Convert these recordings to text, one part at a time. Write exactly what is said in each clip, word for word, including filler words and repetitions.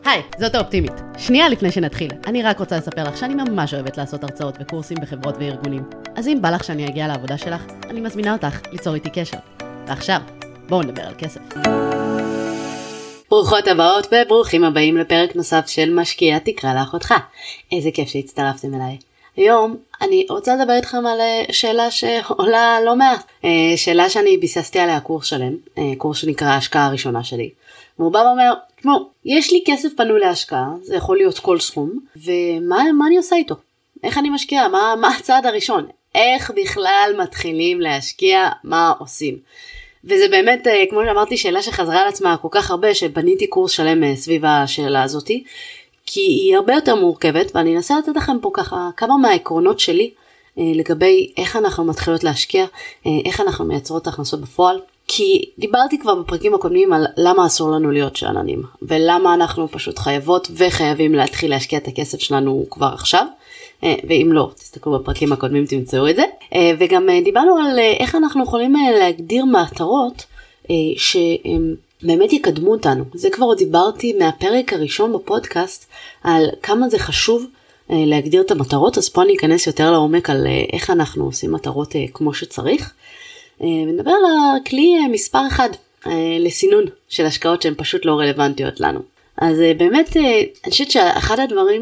היי, זאת האופטימית. שנייה לפני שנתחיל, אני רק רוצה לספר לך שאני ממש אוהבת לעשות הרצאות וקורסים בחברות וארגונים. אז אם בא לך שאני אגיע לעבודה שלך, אני מזמינה אותך ליצור איתי קשר. ועכשיו, בואו נדבר על כסף. ברוכות הבאות וברוכים הבאים לפרק נוסף של משקיע תקרא לאחותך. איזה כיף שהצטרפתם אליי. היום אני רוצה לדבר איתכם על שאלה שעולה לא מעט. שאלה שאני ביססתי עליה קורס שלם, קורס שנקרא ההשקעה הראשונה שלי. והוא בא ואומר, כמו, יש לי כסף פנוי להשקעה, זה יכול להיות כל סכום, ומה מה אני עושה איתו? איך אני משקיעה? מה, מה הצעד הראשון? איך בכלל מתחילים להשקיע? מה עושים? וזה באמת, כמו שאמרתי, שאלה שחזרה על עצמה כל כך הרבה, שבניתי קורס שלם סביב השאלה הזאת, כי היא הרבה יותר מורכבת, ואני אנסה לתת לכם פה ככה כמה מהעקרונות שלי, לגבי איך אנחנו מתחילות להשקיע, איך אנחנו מייצרות הכנסות בפועל, כי דיברתי כבר בפרקים הקודמים על למה אסור לנו להיות שאננים, ולמה אנחנו פשוט חייבות וחייבים להתחיל להשקיע את הכסף שלנו כבר עכשיו, ואם לא, תסתכלו בפרקים הקודמים, תמצאו את זה. וגם דיברנו על איך אנחנו יכולים להגדיר מטרות שהם באמת יקדמו אותנו. זה כבר דיברתי מהפרק הראשון בפודקאסט על כמה זה חשוב להגדיר את המטרות, אז פה אני אכנס יותר לעומק על איך אנחנו עושים מטרות כמו שצריך. ונדבר על הכלי מספר אחד לסינון של השקעות שהן פשוט לא רלוונטיות לנו. אז באמת אני חושבת שאחד הדברים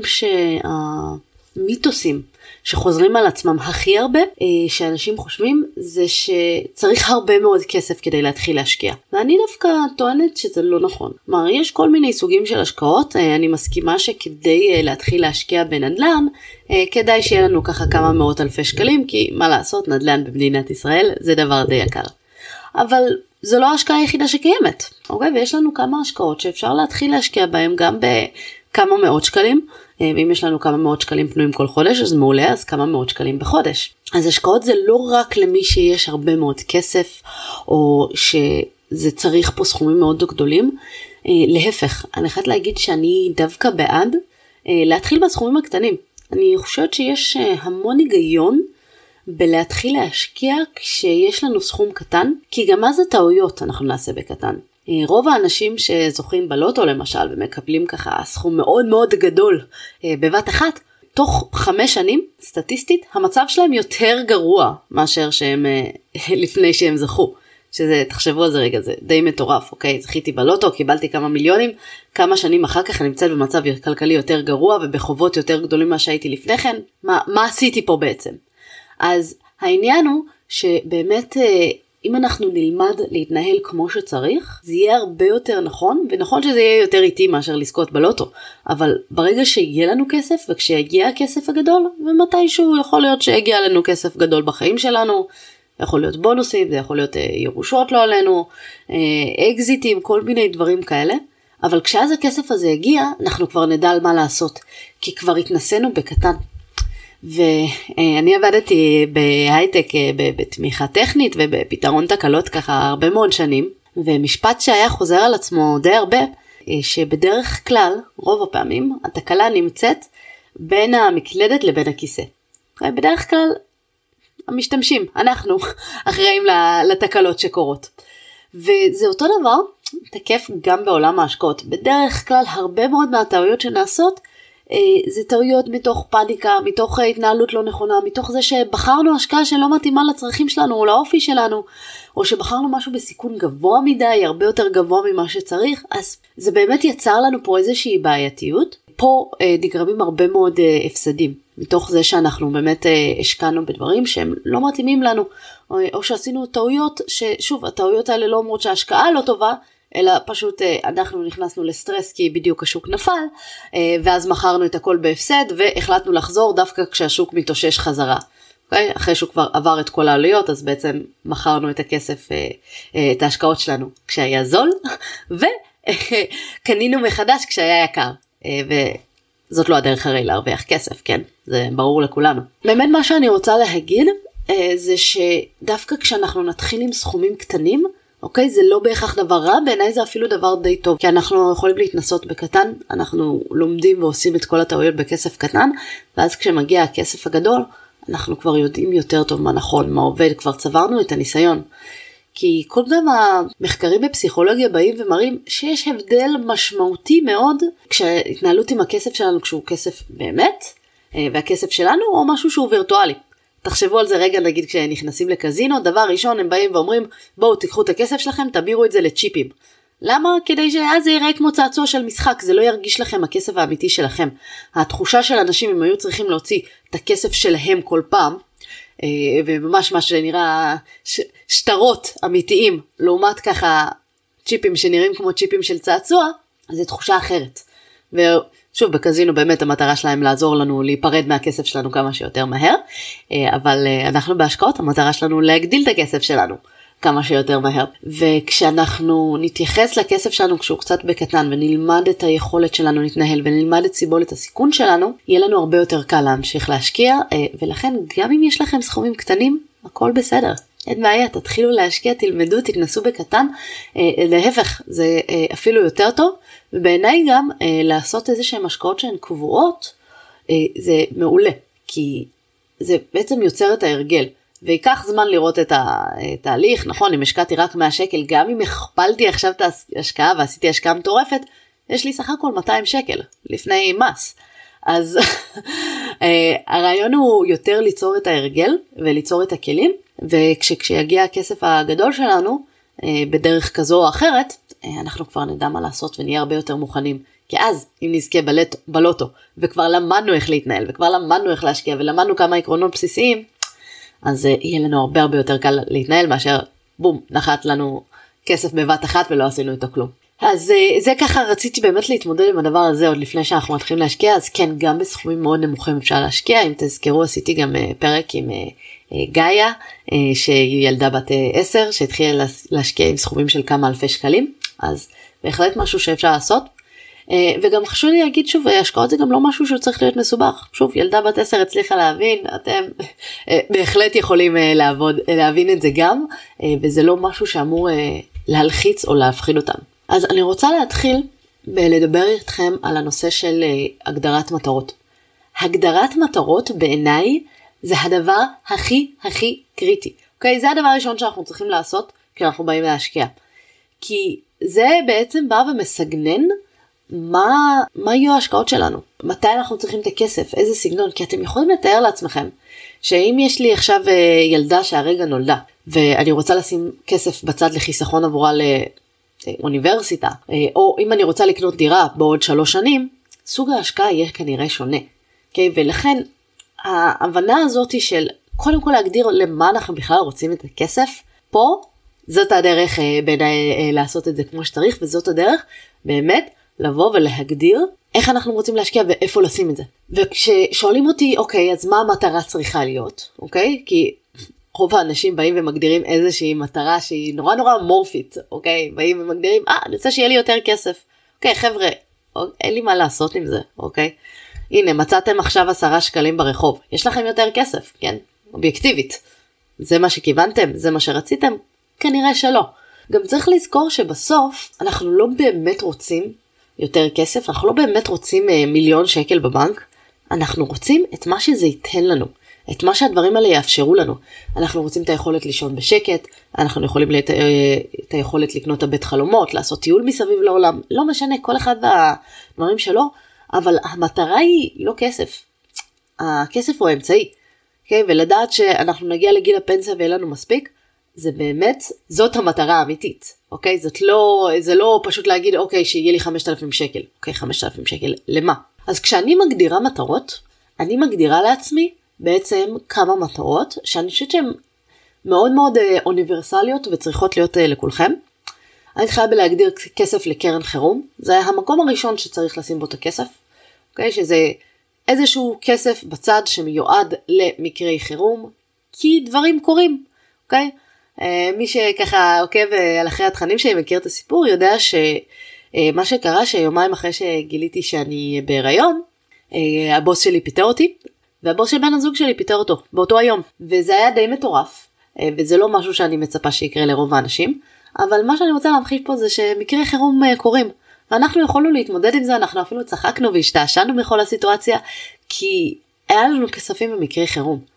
שהמיתוסים שחוזרים על עצמם הכי הרבה שאנשים חושבים זה שצריך הרבה מאוד כסף כדי להתחיל להשקיע. ואני דווקא טוענת שזה לא נכון. כלומר, יש כל מיני סוגים של השקעות, אני מסכימה שכדי להתחיל להשקיע בנדל"ן כדאי שיהיה לנו ככה כמה מאות אלפי שקלים, כי מה לעשות, נדל"ן במדינת ישראל זה דבר די יקר. אבל זו לא ההשקעה היחידה שקיימת, אוקיי? ויש לנו כמה השקעות שאפשר להתחיל להשקיע בהן גם בכמה מאות שקלים, ואם יש לנו כמה מאות שקלים פנויים כל חודש, אז מעולה, אז כמה מאות שקלים בחודש. אז השקעות זה לא רק למי שיש הרבה מאוד כסף, או שזה צריך פה סכומים מאוד גדולים, להפך, אני חייבת להגיד שאני דווקא בעד להתחיל בסכומים הקטנים. אני חושבת שיש המון היגיון בלהתחיל להשקיע כשיש לנו סכום קטן, כי גם אז הטעויות אנחנו נעשה בקטן. רוב האנשים שזוכים בלוטו למשל ומקבלים ככה סכום מאוד מאוד גדול בבת אחת, תוך חמש שנים סטטיסטית המצב שלהם יותר גרוע מאשר שהם לפני שהם זכו. שזה, תחשבו על זה רגע, זה די מטורף, אוקיי? זכיתי בלוטו, קיבלתי כמה מיליונים, כמה שנים אחר כך אני נמצאת במצב כלכלי יותר גרוע ובחובות יותר גדולים מה שהייתי לפני כן. מה, מה עשיתי פה בעצם? אז העניין הוא שבאמת אם אנחנו נלמד להתנהל כמו שצריך, זה יהיה הרבה יותר נכון, ונכון שזה יהיה יותר איטי מאשר לזכות בלוטו, אבל ברגע שיהיה לנו כסף, וכשיגיע הכסף הגדול, ומתישהו יכול להיות שיגיע לנו כסף גדול בחיים שלנו, יכול להיות בונוסים, זה יכול להיות ירושות לא עלינו, אקזיטים, כל מיני דברים כאלה, אבל כשאז הכסף הזה יגיע, אנחנו כבר נדע על מה לעשות, כי כבר התנסינו בקטן. ואני עבדתי בהייטק בתמיכה טכנית ובפתרון תקלות ככה הרבה מאוד שנים, ומשפט שהיה חוזר על עצמו די הרבה, שבדרך כלל, רוב הפעמים, התקלה נמצאת בין המקלדת לבין הכיסא. בדרך כלל, המשתמשים, אנחנו, אחראים לתקלות שקורות. וזה אותו דבר, תקף גם בעולם ההשקעות. בדרך כלל, הרבה מאוד מהטעויות שנעשות, זה טעויות מתוך פאניקה, מתוך התנהלות לא נכונה, מתוך זה שבחרנו השקעה שלא מתאימה לצרכים שלנו או לאופי שלנו, או שבחרנו משהו בסיכון גבוה מדי, הרבה יותר גבוה ממה שצריך, אז זה באמת יצר לנו פה איזושהי בעייתיות. פה נגרמים הרבה מאוד הפסדים, מתוך זה שאנחנו באמת השקענו בדברים שהם לא מתאימים לנו, או, או שעשינו טעויות, ששוב, הטעויות האלה לא אומרות שההשקעה לא טובה, אלא פשוט אנחנו נכנסנו לסטרס כי בדיוק השוק נפל, ואז מכרנו את הכל בהפסד, והחלטנו לחזור דווקא כשהשוק מתאושש חזרה. אחרי שהוא כבר עבר את כל העלויות, אז בעצם מכרנו את הכסף, את ההשקעות שלנו כשהיה זול, וקנינו מחדש כשהיה יקר. וזאת לא הדרך הרי להרוויח כסף, כן? זה ברור לכולנו. באמת מה שאני רוצה להגיד, זה שדווקא כשאנחנו נתחיל עם סכומים קטנים, אוקיי, זה לא בהכרח דבר רע, בעיניי זה אפילו דבר די טוב, כי אנחנו יכולים להתנסות בקטן, אנחנו לומדים ועושים את כל הטעויות בכסף קטן, ואז כשמגיע הכסף הגדול, אנחנו כבר יודעים יותר טוב מה נכון, מה עובד, כבר צברנו את הניסיון. כי כל גם המחקרים בפסיכולוגיה באים ומראים שיש הבדל משמעותי מאוד כשהתנהלות עם הכסף שלנו כשהוא כסף באמת, והכסף שלנו או משהו שהוא וירטואלי. תחשבו על זה רגע, נגיד כשנכנסים לקזינו, דבר ראשון הם באים ואומרים, בואו תיקחו את הכסף שלכם, תמירו את זה לצ'יפים. למה? כדי שאז זה יראה כמו צעצוע של משחק, זה לא ירגיש לכם הכסף האמיתי שלכם. התחושה של אנשים, הם היו צריכים להוציא את הכסף שלהם כל פעם, וממש מה שנראה ש... שטרות אמיתיים, לעומת ככה צ'יפים שנראים כמו צ'יפים של צעצוע, אז זה תחושה אחרת. ושוב, בקזינו באמת המטרה שלהם לעזור לנו להיפרד מהכסף שלנו כמה שיותר מהר, אבל אנחנו בהשקעות, המטרה שלנו להגדיל את הכסף שלנו כמה שיותר מהר. וכשאנחנו נתייחס לכסף שלנו כשהוא קצת בקטן, ונלמד את היכולת שלנו להתנהל, ונלמד את סיבולת הסיכון שלנו, יהיה לנו הרבה יותר קל להמשיך להשקיע, ולכן גם אם יש לכם סכומים קטנים, הכל בסדר. אין בעיה, תתחילו להשקיע, תלמדו, תתנסו בקטן, להפך, זה אפילו יותר טוב, ובעיניי גם לעשות איזה שהן השקעות שהן קבועות, זה מעולה, כי זה בעצם יוצר את ההרגל, ויקח זמן לראות את התהליך, נכון, אם השקעתי רק מאה שקל, גם אם הכפלתי עכשיו את ההשקעה ועשיתי השקעה מטורפת, יש לי סך הכל מאתיים שקל לפני מס. אז הרעיון הוא יותר ליצור את ההרגל וליצור את הכלים, וכשיגיע הכסף הגדול שלנו, בדרך כזו או אחרת, אנחנו כבר נדע מה לעשות ונהיה הרבה יותר מוכנים. כי אז, אם נזכה בלוטו, בלוטו, וכבר למדנו איך להתנהל, וכבר למדנו איך להשקיע, ולמדנו כמה עקרונות בסיסיים, אז יהיה לנו הרבה הרבה יותר קל להתנהל, מאשר בום, נחת לנו כסף בבת אחת ולא עשינו איתו כלום. אז זה ככה, רציתי באמת להתמודד עם הדבר הזה עוד לפני שאנחנו מתחילים להשקיע, אז כן, גם בסכומים מאוד נמוכים אפשר להשקיע. אם תזכרו, עשיתי גם פרק עם גאיה, שהיא ילדה בת עשר, שהתחילה להשקיע עם סכומים של כמה אלפי שקלים, אז בהחלט משהו שאפשר לעשות. וגם חשוב לי להגיד שוב, השקעות זה גם לא משהו שהוא צריך להיות מסובך. שוב, ילדה בת עשר הצליחה להבין, אתם בהחלט יכולים לעבוד, להבין את זה גם, וזה לא משהו שאמור להלחיץ או להפחיד אותם. אז אני רוצה להתחיל בלדבר איתכם על הנושא של הגדרת מטרות. הגדרת מטרות בעיניי זה הדבר הכי הכי קריטי. אוקיי? זה הדבר הראשון שאנחנו צריכים לעשות כשאנחנו באים להשקיע. כי זה בעצם בא ומסגנן מה, מה יהיו ההשקעות שלנו. מתי אנחנו צריכים את הכסף, איזה סגנון. כי אתם יכולים לתאר לעצמכם שאם יש לי עכשיו ילדה שהרגע נולדה, ואני רוצה לשים כסף בצד לחיסכון עבורה ל... אוניברסיטה, או אם אני רוצה לקנות דירה בעוד שלוש שנים, סוג ההשקעה יהיה כנראה שונה. Okay? ולכן, ההבנה הזאת היא של קודם כל להגדיר למה אנחנו בכלל רוצים את הכסף, פה זאת הדרך בעיניי לעשות את זה כמו שצריך, וזאת הדרך באמת לבוא ולהגדיר איך אנחנו רוצים להשקיע ואיפה לשים את זה. וכששואלים אותי, אוקיי, אז מה המטרה צריכה להיות? אוקיי? כי רוב האנשים באים ומגדירים איזושהי מטרה שהיא נורא נורא מורפית, אוקיי? באים ומגדירים, אה, אני רוצה שיהיה לי יותר כסף. אוקיי, חבר'ה, אין לי מה לעשות עם זה, אוקיי? הנה, מצאתם עכשיו עשרה שקלים ברחוב. יש לכם יותר כסף, כן? אובייקטיבית. זה מה שכיוונתם? זה מה שרציתם? כנראה שלא. גם צריך לזכור שבסוף אנחנו לא באמת רוצים יותר כסף, אנחנו לא באמת רוצים מיליון שקל בבנק, אנחנו רוצים את מה שזה ייתן לנו. את מה שהדברים האלה יאפשרו לנו. אנחנו רוצים את היכולת לישון בשקט, אנחנו יכולים את, את היכולת לקנות את הבית חלומות, לעשות טיול מסביב לעולם, לא משנה, כל אחד והדברים שלו, אבל המטרה היא לא כסף. הכסף הוא האמצעי. Okay? ולדעת שאנחנו נגיע לגיל הפנסיה ואין לנו מספיק, זה באמת, זאת המטרה האמיתית. Okay? זאת לא, זה לא פשוט להגיד, אוקיי, שיהיה לי חמשת אלפים שקל. אוקיי, חמשת אלפים שקל, למה? אז כשאני מגדירה מטרות, אני מגדירה לעצמי, בעצם כמה מטרות שאני חושבת שהן מאוד מאוד אוניברסליות וצריכות להיות לכולכם. אני חייב להגדיר כסף לקרן חירום. זה המקום הראשון שצריך לשים בו את הכסף. אוקיי? שזה איזשהו כסף בצד שמיועד למקרי חירום, כי דברים קורים. אוקיי? מי שככה עוקב על אחרי התכנים שלי מכיר את הסיפור, יודע שמה שקרה שיומיים אחרי שגיליתי שאני בהיריון, הבוס שלי פיטר אותי, והבוס של בן הזוג שלי פיטר אותו באותו היום. וזה היה די מטורף, וזה לא משהו שאני מצפה שיקרה לרוב האנשים, אבל מה שאני רוצה להמחיש פה זה שמקרי חירום קורים, ואנחנו יכולנו להתמודד עם זה, אנחנו אפילו צחקנו והשתעשענו בכל הסיטואציה, כי היה לנו כספים במקרי חירום.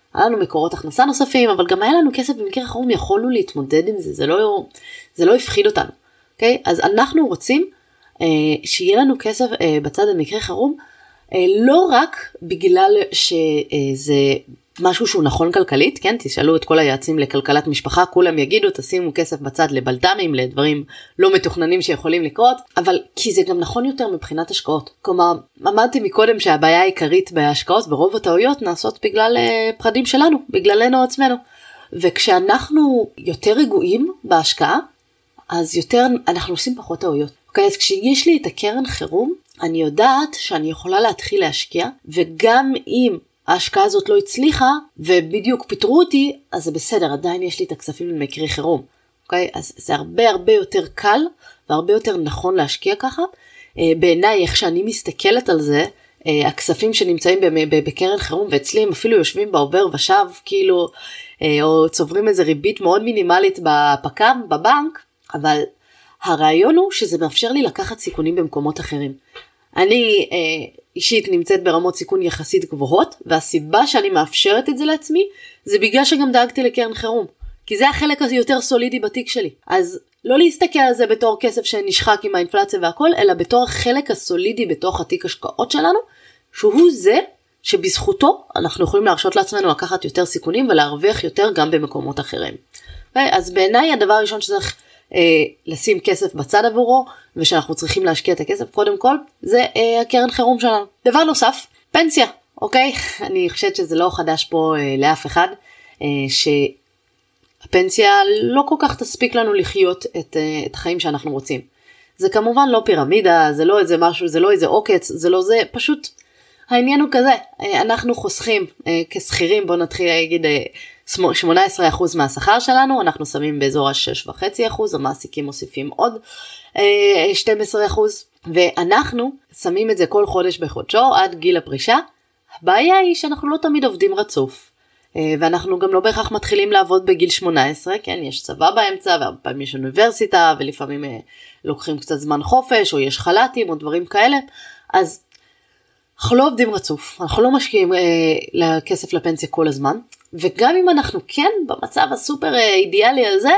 היה לנו מקורות הכנסה נוספים, אבל גם היה לנו כסף במקרה חירום, יכולנו להתמודד עם זה, זה לא, זה לא הפחיד אותנו. אוקיי? אז אנחנו רוצים אה, שיהיה לנו כסף אה, בצד במקרה חירום, אה, לא רק בגלל שזה משהו שהוא נכון כלכלית, כן? תשאלו את כל היועצים לכלכלת משפחה, כולם יגידו, תשימו כסף בצד לבלת"מים, לדברים לא מתוכננים שיכולים לקרות, אבל כי זה גם נכון יותר מבחינת השקעות. כלומר, אמרתי מקודם שהבעיה העיקרית בהשקעות ברוב הטעויות נעשות בגלל אה, פחדים שלנו, בגללנו עצמנו. וכשאנחנו יותר רגועים בהשקעה, אז יותר אנחנו עושים פחות טעויות. אוקיי, אז כשיש לי את הקרן חירום, אני יודעת שאני יכולה להתחיל להשקיע, וגם אם ההשקעה הזאת לא הצליחה, ובדיוק פיתרו אותי, אז זה בסדר, עדיין יש לי את הכספים למקרה חירום. אוקיי? אז זה הרבה הרבה יותר קל, והרבה יותר נכון להשקיע ככה. בעיניי, איך שאני מסתכלת על זה, הכספים שנמצאים בקרן חירום, ואצלי הם אפילו יושבים בעובר ושב, כאילו, או צוברים איזה ריבית מאוד מינימלית בפק"ם, בבנק, אבל הרעיון הוא שזה מאפשר לי לקחת סיכונים במקומות אחרים. אני אה, אישית נמצאת ברמות סיכון יחסית גבוהות, והסיבה שאני מאפשרת את זה לעצמי, זה בגלל שגם דאגתי לקרן חירום. כי זה החלק היותר סולידי בתיק שלי. אז לא להסתכל על זה בתור כסף שנשחק עם האינפלציה והכל, אלא בתור החלק הסולידי בתוך התיק השקעות שלנו, שהוא זה שבזכותו אנחנו יכולים להרשות לעצמנו לקחת יותר סיכונים, ולהרוויח יותר גם במקומות אחרים. אז בעיניי הדבר הראשון שצריך אה, לשים כסף בצד עבורו, ושאנחנו צריכים להשקיע את הכסף קודם כל, זה אה, הקרן חירום שלנו. דבר נוסף, פנסיה, אוקיי? אני חושבת שזה לא חדש פה אה, לאף אחד, אה, שהפנסיה לא כל כך תספיק לנו לחיות את, אה, את החיים שאנחנו רוצים. זה כמובן לא פירמידה, זה לא איזה משהו, זה לא איזה עוקץ, זה לא זה, פשוט העניין הוא כזה, אה, אנחנו חוסכים אה, כסחירים, בואו נתחיל להגיד אה, שמונה עשרה אחוז מהשכר שלנו, אנחנו שמים באזור ה-שש נקודה חמש אחוז, המעסיקים מוסיפים עוד אה, שנים עשר אחוז, ואנחנו שמים את זה כל חודש בחודשו עד גיל הפרישה. הבעיה היא שאנחנו לא תמיד עובדים רצוף, אה, ואנחנו גם לא בהכרח מתחילים לעבוד בגיל שמונה עשרה, כן, יש צבא באמצע, והפעמים יש אוניברסיטה, ולפעמים אה, לוקחים קצת זמן חופש, או יש חל"תים, או דברים כאלה, אז אנחנו לא עובדים רצוף, אנחנו לא משקיעים אה, לכסף לפנסיה כל הזמן, וגם אם אנחנו כן במצב הסופר אידיאלי הזה,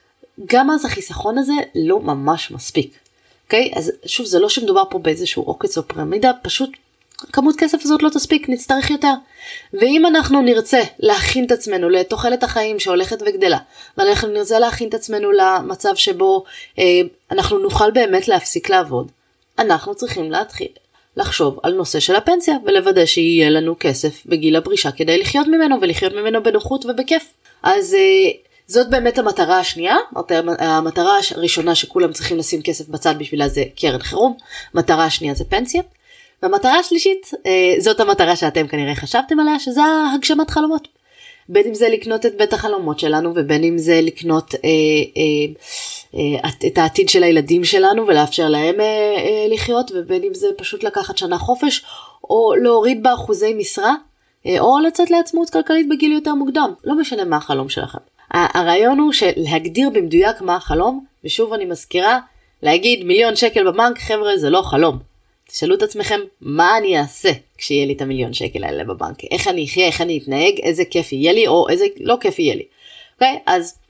גם אז החיסכון הזה לא ממש מספיק. אוקיי? אז שוב, זה לא שמדובר פה באיזשהו עוקץ או פירמידה, פשוט כמות כסף הזאת לא תספיק, נצטרך יותר. ואם אנחנו נרצה להכין את עצמנו לתוחלת החיים שהולכת וגדלה, ואנחנו נרצה להכין את עצמנו למצב שבו אה, אנחנו נוכל באמת להפסיק לעבוד, אנחנו צריכים להתחיל לחשוב על נושא של הפנסיה, ולוודא שיהיה לנו כסף בגיל הפרישה כדי לחיות ממנו, ולחיות ממנו בנוחות ובכיף. אז זאת באמת המטרה השנייה, המטרה הראשונה שכולם צריכים לשים כסף בצד בשבילה זה קרן חירום, מטרה השנייה זה פנסיה, והמטרה השלישית, זאת המטרה שאתם כנראה חשבתם עליה, שזה הגשמת חלומות. בין אם זה לקנות את בית החלומות שלנו, ובין אם זה לקנות אה, אה, אה, את העתיד של הילדים שלנו, ולאפשר להם אה, אה, לחיות, ובין אם זה פשוט לקחת שנה חופש, או להוריד באחוזי משרה, אה, או לצאת לעצמאות כלכלית בגיל יותר מוקדם. לא משנה מה החלום שלכם. הרעיון הוא להגדיר במדויק מה החלום, ושוב אני מזכירה, להגיד מיליון שקל בבנק, חבר'ה זה לא חלום. תשאלו את עצמכם, מה אני אעשה כשיהיה לי את המיליון שקל האלה בבנק? איך אני אחיה, איך אני אתנהג, איזה כיף יהיה לי, או איזה לא כיף יהיה לי. אוקיי? אז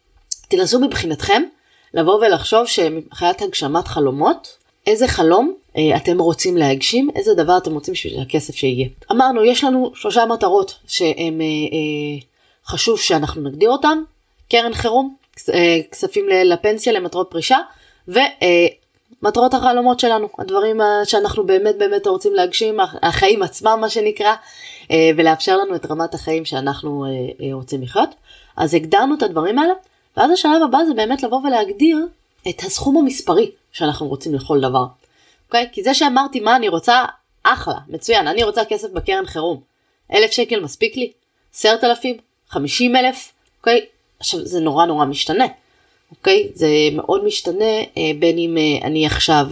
תנסו מבחינתכם לבוא ולחשוב שמבחינת הגשמת חלומות, איזה חלום אה, אתם רוצים להגשים, איזה דבר אתם רוצים שהכסף שיהיה. אמרנו, יש לנו שלושה מטרות שהם אה, אה, חשוב שאנחנו נגדיר אותם, קרן חירום, אה, כספים לפנסיה, למטרות פרישה, ו... אה, מטרות החלומות שלנו, הדברים שאנחנו באמת באמת רוצים להגשים, החיים עצמם מה שנקרא, ולאפשר לנו את רמת החיים שאנחנו רוצים לחיות. אז הגדרנו את הדברים האלה, ואז השלב הבא זה באמת לבוא ולהגדיר את הסכום המספרי שאנחנו רוצים לכל דבר. אוקיי? כי זה שאמרתי מה אני רוצה, אחלה, מצוין, אני רוצה כסף בקרן חירום. אלף שקל מספיק לי? עשרת אלפים? חמישים אלף? אוקיי? עכשיו זה נורא נורא משתנה. אוקיי? זה מאוד משתנה, בין אם אני עכשיו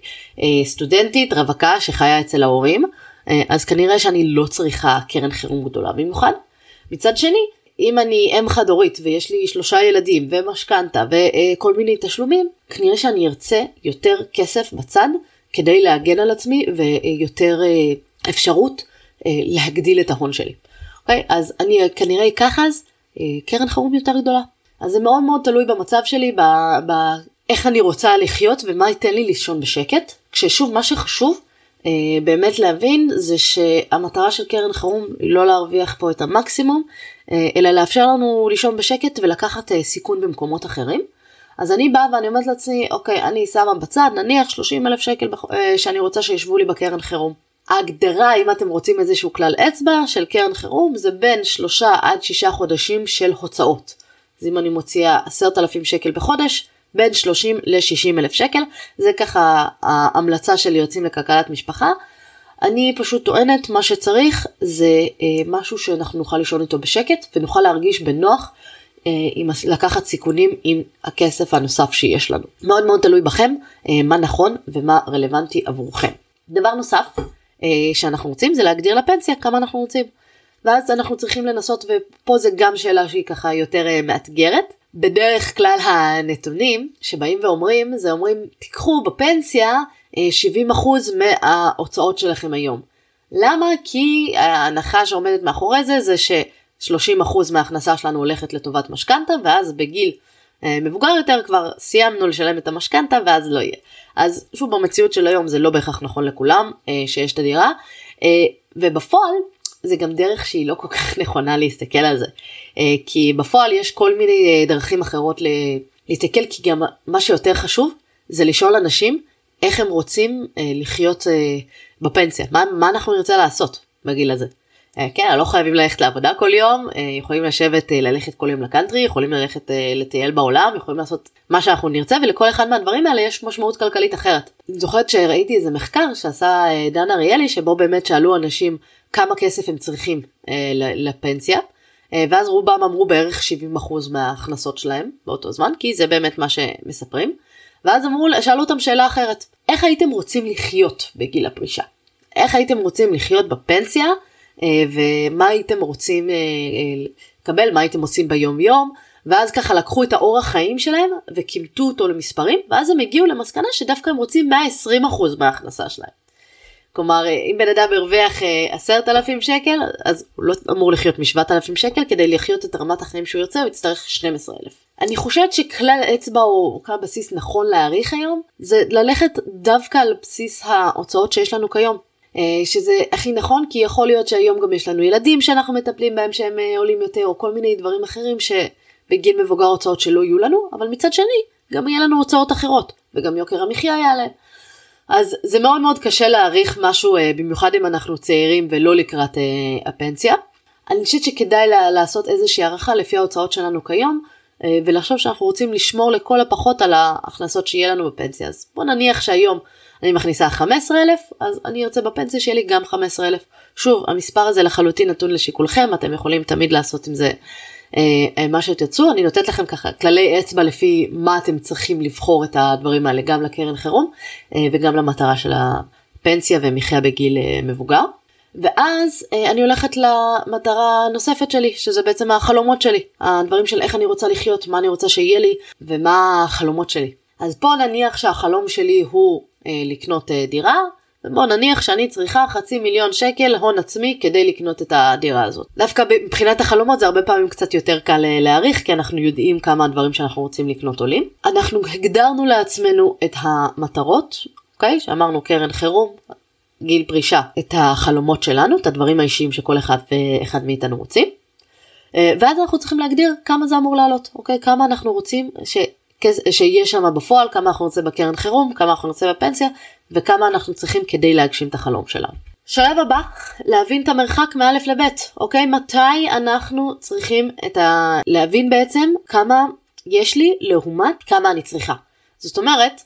סטודנטית, רווקה שחיה אצל ההורים, אז כנראה שאני לא צריכה קרן חירום גדולה במיוחד. מצד שני, אם אני אם חד הורית ויש לי שלושה ילדים ומשכנתה וכל מיני תשלומים, כנראה שאני ארצה יותר כסף בצד כדי להגן על עצמי ויותר אפשרות להגדיל את ההון שלי. אוקיי? אז אני כנראה אקח אז קרן חירום יותר גדולה. אז זה מאוד מאוד תלוי במצב שלי, ב, ב, איך אני רוצה לחיות ומה ייתן לי לישון בשקט. כששוב, מה שחשוב אה, באמת להבין זה שהמטרה של קרן חירום היא לא להרוויח פה את המקסימום, אה, אלא לאפשר לנו לישון בשקט ולקחת אה, סיכון במקומות אחרים. אז אני באה ואני אומרת לעצמי, אוקיי, אני שמה בצד, נניח שלושים אלף שקל אה, שאני רוצה שישבו לי בקרן חירום. ההגדרה, אם אתם רוצים איזשהו כלל אצבע של קרן חירום, זה בין שלושה עד שישה חודשים של הוצאות. אז אם אני מוציאה עשרת אלפים שקל בחודש, בין שלושים לשישים אלף שקל, זה ככה ההמלצה של יועצים לכלכלת משפחה. אני פשוט טוענת, מה שצריך זה אה, משהו שאנחנו נוכל לישון איתו בשקט, ונוכל להרגיש בנוח, אה, עם, לקחת סיכונים עם הכסף הנוסף שיש לנו. מאוד מאוד תלוי בכם, אה, מה נכון ומה רלוונטי עבורכם. דבר נוסף, שאנחנו רוצים זה להגדיר לפנסיה כמה אנחנו רוצים. ואז אנחנו צריכים לנסות, ופה זה גם שאלה שהיא ככה יותר מאתגרת. בדרך כלל הנתונים שבאים ואומרים, זה אומרים, תיקחו בפנסיה שבעים אחוז מההוצאות שלכם היום. למה? כי ההנחה שעומדת מאחורי זה, זה ש-שלושים אחוז מההכנסה שלנו הולכת לטובת משכנתה, ואז בגיל מבוגר יותר כבר סיימנו לשלם את המשכנתה, ואז לא יהיה. אז שוב, במציאות של היום זה לא בהכרח נכון לכולם שיש את הדירה, ובפועל זה גם דרך שהיא לא כל כך נכונה להסתכל על זה, כי בפועל יש כל מיני דרכים אחרות להסתכל, כי גם מה שיותר חשוב זה לשאול אנשים איך הם רוצים לחיות בפנסיה, מה, מה אנחנו נרצה לעשות בגיל הזה. כן, לא חייבים ללכת לעבודה כל יום, יכולים לשבת, ללכת כל יום לקאנטרי, יכולים ללכת לטייל בעולם, יכולים לעשות מה שאנחנו נרצה, ולכל אחד מהדברים האלה יש משמעות כלכלית אחרת. אני זוכרת שראיתי איזה מחקר שעשה דן אריאלי, שבו באמת שאלו אנשים כמה כסף הם צריכים לפנסיה, ואז רובם אמרו בערך שבעים אחוז מההכנסות שלהם באותו זמן, כי זה באמת מה שמספרים, ואז אמרו, שאלו אותם שאלה אחרת, איך הייתם רוצים לחיות בגיל הפרישה? איך הייתם רוצים לחיות בפנסיה, ומה הייתם רוצים לקבל, מה הייתם עושים ביום יום, ואז ככה לקחו את האורח חיים שלהם וכימתו אותו למספרים, ואז הם הגיעו למסקנה שדווקא הם רוצים מאה ועשרים אחוז מההכנסה שלהם. כלומר, אם בן אדם הרוויח עשרת אלפים שקל, אז הוא לא אמור לחיות מ-שבעת אלפים שקל, כדי לחיות את רמת החיים שהוא ירצה, הוא יצטרך שנים עשר אלף. אני חושבת שכלל אצבע או כלל בסיס נכון להעריך היום, זה ללכת דווקא על בסיס ההוצאות שיש לנו כיום. שזה הכי נכון, כי יכול להיות שהיום גם יש לנו ילדים שאנחנו מטפלים בהם שהם עולים יותר, או כל מיני דברים אחרים שבגיל מבוגר הוצאות שלא יהיו לנו, אבל מצד שני גם יהיה לנו הוצאות אחרות, וגם יוקר המחיה יעלה. אז זה מאוד מאוד קשה להעריך משהו, במיוחד אם אנחנו צעירים ולא לקראת הפנסיה. אני חושבת שכדאי לעשות איזושהי הערכה לפי ההוצאות שלנו כיום, ולחשוב שאנחנו רוצים לשמור לכל הפחות על ההכנסות שיהיה לנו בפנסיה. אז בוא נניח שהיום אני מכניסה חמישה עשר אלף, אז אני ארצה בפנסיה שיהיה לי גם חמישה עשר אלף. שוב, המספר הזה לחלוטין נתון לשיקולכם, אתם יכולים תמיד לעשות עם זה אה, מה שתרצו. אני נותנת לכם ככה כללי אצבע לפי מה אתם צריכים לבחור את הדברים האלה, גם לקרן חירום אה, וגם למטרה של הפנסיה ומחיה בגיל אה, מבוגר. ואז אה, אני הולכת למטרה נוספת שלי, שזה בעצם החלומות שלי, הדברים של איך אני רוצה לחיות, מה אני רוצה שיהיה לי ומה החלומות שלי. אז פה נניח שהחלום שלי הוא אה, לקנות אה, דירה, ובוא נניח שאני צריכה חצי מיליון שקל הון עצמי כדי לקנות את הדירה הזאת. דווקא מבחינת החלומות זה הרבה פעמים קצת יותר קל אה, להעריך, כי אנחנו יודעים כמה הדברים שאנחנו רוצים לקנות עולים. אנחנו הגדרנו לעצמנו את המטרות, אוקיי? שאמרנו קרן חירום, גיל פרישה, את החלומות שלנו, את הדברים האישיים שכל אחד ואחד מאיתנו רוצים. אה, ואז אנחנו צריכים להגדיר כמה זה אמור לעלות, אוקיי? כמה אנחנו רוצים ש... שיהיה שם בפועל, כמה אנחנו נוצא בקרן חירום, כמה אנחנו נוצא בפנסיה, וכמה אנחנו צריכים כדי להגשים את החלום שלנו. שלב הבא, להבין את המרחק מאלף לבית, אוקיי? מתי אנחנו צריכים את ה... להבין בעצם כמה יש לי לעומת כמה אני צריכה. זאת אומרת,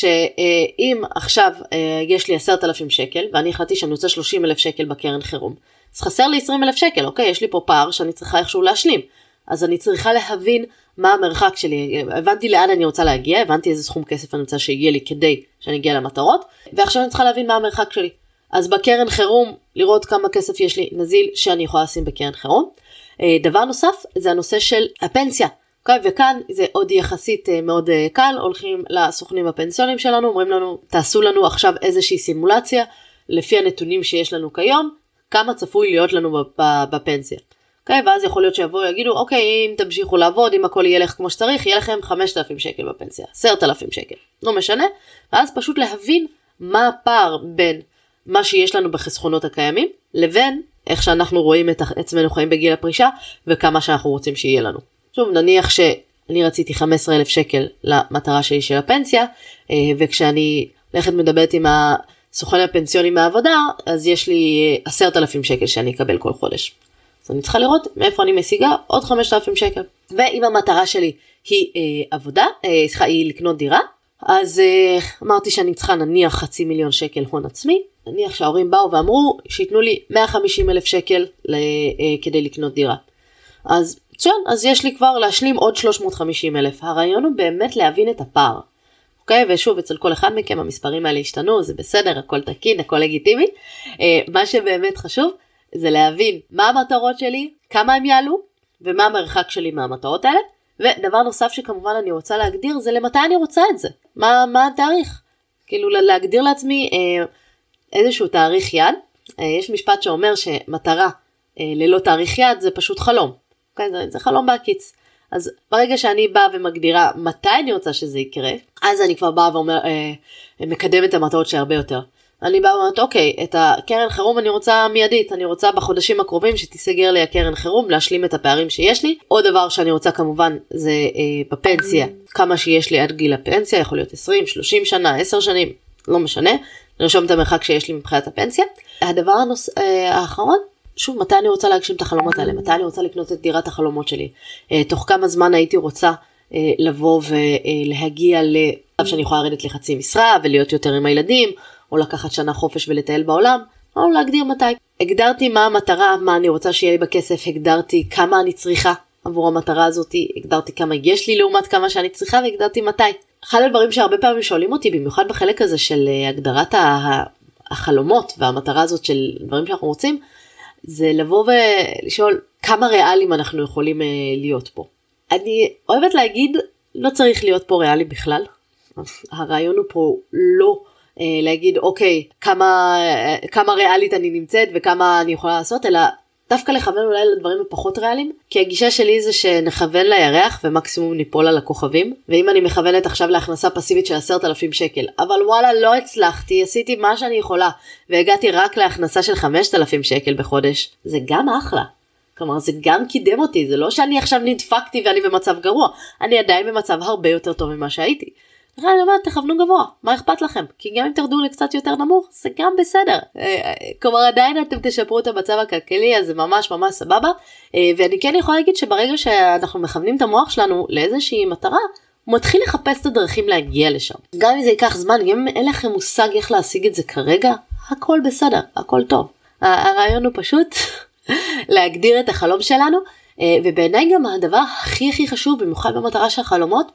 שאם עכשיו יש לי עשרת אלפים שקל, ואני החלטתי שאני רוצה שלושים אלף שקל בקרן חירום, אז חסר לי עשרים אלף שקל, אוקיי? יש לי פה פער שאני צריכה איכשהו להשלים. אז אני צריכה להבין מה המרחק שלי, הבנתי לאן אני רוצה להגיע, הבנתי איזה סכום כסף אני רוצה שיהיה לי כדי שאני אגיע למטרות, ועכשיו אני צריכה להבין מה המרחק שלי. אז בקרן חירום, לראות כמה כסף יש לי נזיל שאני יכולה לשים בקרן חירום. דבר נוסף, זה הנושא של הפנסיה. וכאן זה עוד יחסית מאוד קל, הולכים לסוכנים הפנסיונים שלנו, אומרים לנו, תעשו לנו עכשיו איזושהי סימולציה, לפי הנתונים שיש לנו כיום, כמה צפוי להיות לנו בפנסיה. אוקיי, ואז יכול להיות שיבואו יגידו, אוקיי, אם תמשיכו לעבוד, אם הכל יהיה לך כמו שצריך, יהיה לכם חמשת אלפים שקל בפנסיה, עשרת אלפים שקל, לא משנה, ואז פשוט להבין מה הפער בין מה שיש לנו בחסכונות הקיימים, לבין איך שאנחנו רואים את עצמנו חיים בגיל הפרישה, וכמה שאנחנו רוצים שיהיה לנו. שוב, נניח שאני רציתי חמישה עשר אלף שקל למטרה שלי של הפנסיה, וכשאני הולכת מדברת עם הסוכן הפנסיוני מהעבודה, אז יש לי עשרת אלפים שקל שאני אקבל כל חודש. אז אני צריכה לראות מאיפה אני משיגה עוד חמשת אלפים שקל. ואם המטרה שלי היא אה, עבודה, אה, צריכה היא לקנות דירה, אז אה, אמרתי שאני צריכה נניח חצי מיליון שקל הון עצמי, נניח שההורים באו ואמרו שיתנו לי מאה וחמישים אלף שקל ל, אה, כדי לקנות דירה. אז צוין, אז יש לי כבר להשלים עוד שלוש מאות וחמישים אלף. הרעיון הוא באמת להבין את הפער. אוקיי, ושוב, אצל כל אחד מכם המספרים האלה השתנו, זה בסדר, הכל תקין, הכל לגיטימי. אה, מה שבאמת חשוב, זה להבין מה המטרות שלי, כמה הם יעלו, ומה המרחק שלי מהמטרות האלה. ודבר נוסף שכמובן אני רוצה להגדיר, זה למתי אני רוצה את זה. מה, מה התאריך? כאילו להגדיר לעצמי אה, איזשהו תאריך יד. אה, יש משפט שאומר שמטרה אה, ללא תאריך יד זה פשוט חלום. אוקיי? זה, זה חלום בהקיץ. אז ברגע שאני באה ומגדירה מתי אני רוצה שזה יקרה, אז אני כבר באה ואומר, אה, מקדם את המטרות שלי הרבה יותר. אני באה ואומרת, אוקיי, את הקרן חירום אני רוצה מיידית, אני רוצה בחודשים הקרובים שתיסגר לי הקרן חירום, להשלים את הפערים שיש לי. עוד דבר שאני רוצה כמובן זה אה, בפנסיה, כמה שיש לי עד גיל הפנסיה, יכול להיות עשרים, שלושים שנה, עשר שנים, לא משנה, נרשום את המרחק שיש לי מבחינת הפנסיה. הדבר הנוס, אה, האחרון, שוב, מתי אני רוצה להגשים את החלומות האלה, מתי אני רוצה לקנות את דירת החלומות שלי, אה, תוך כמה זמן הייתי רוצה אה, לבוא ולהגיע לב שאני יכולה לרדת לחצי משרה ולהיות יותר עם הילדים, או לקחת שנה חופש ולטייל בעולם, או להגדיר מתי. הגדרתי מה המטרה, מה אני רוצה שיהיה לי בכסף, הגדרתי כמה אני צריכה עבור המטרה הזאת, הגדרתי כמה יש לי לעומת כמה שאני צריכה, והגדרתי מתי. אחד הדברים שהרבה פעמים שואלים אותי, במיוחד בחלק הזה של הגדרת החלומות, והמטרה הזאת של דברים שאנחנו רוצים, זה לבוא ולשאול כמה ריאליים אנחנו יכולים להיות פה. אני אוהבת להגיד, לא צריך להיות פה ריאלי בכלל. הרעיון הוא פה לא להגיד, אוקיי, כמה, כמה ריאלית אני נמצאת וכמה אני יכולה לעשות, אלא דווקא לכוון אולי לדברים פחות ריאליים, כי הגישה שלי זה שנכוון לירח ומקסימום ניפול על הכוכבים, ואם אני מכוונת עכשיו להכנסה פסיבית של עשרת אלפים שקל, אבל וואלה לא הצלחתי, עשיתי מה שאני יכולה, והגעתי רק להכנסה של חמשת אלפים שקל בחודש, זה גם אחלה. כלומר, זה גם קידם אותי, זה לא שאני עכשיו נדפקתי ואני במצב גרוע, אני עדיין במצב הרבה יותר טוב ממה שהייתי. אני אומרת, תכוונו גבוה, מה אכפת לכם? כי גם אם תרדו לקצת יותר נמוך, זה גם בסדר. כלומר, עדיין אתם תשפרו את המצב הכלכלי, אז זה ממש ממש סבבה. ואני כן יכולה להגיד שברגע שאנחנו מכוונים את המוח שלנו לאיזושהי מטרה, הוא מתחיל לחפש את הדרכים להגיע לשם. גם אם זה ייקח זמן, גם אם אין לכם מושג איך להשיג את זה כרגע, הכל בסדר, הכל טוב. הרעיון הוא פשוט להגדיר את החלום שלנו, ובעיניי גם הדבר הכי הכי חשוב, במיוחד במטרה של החלומות,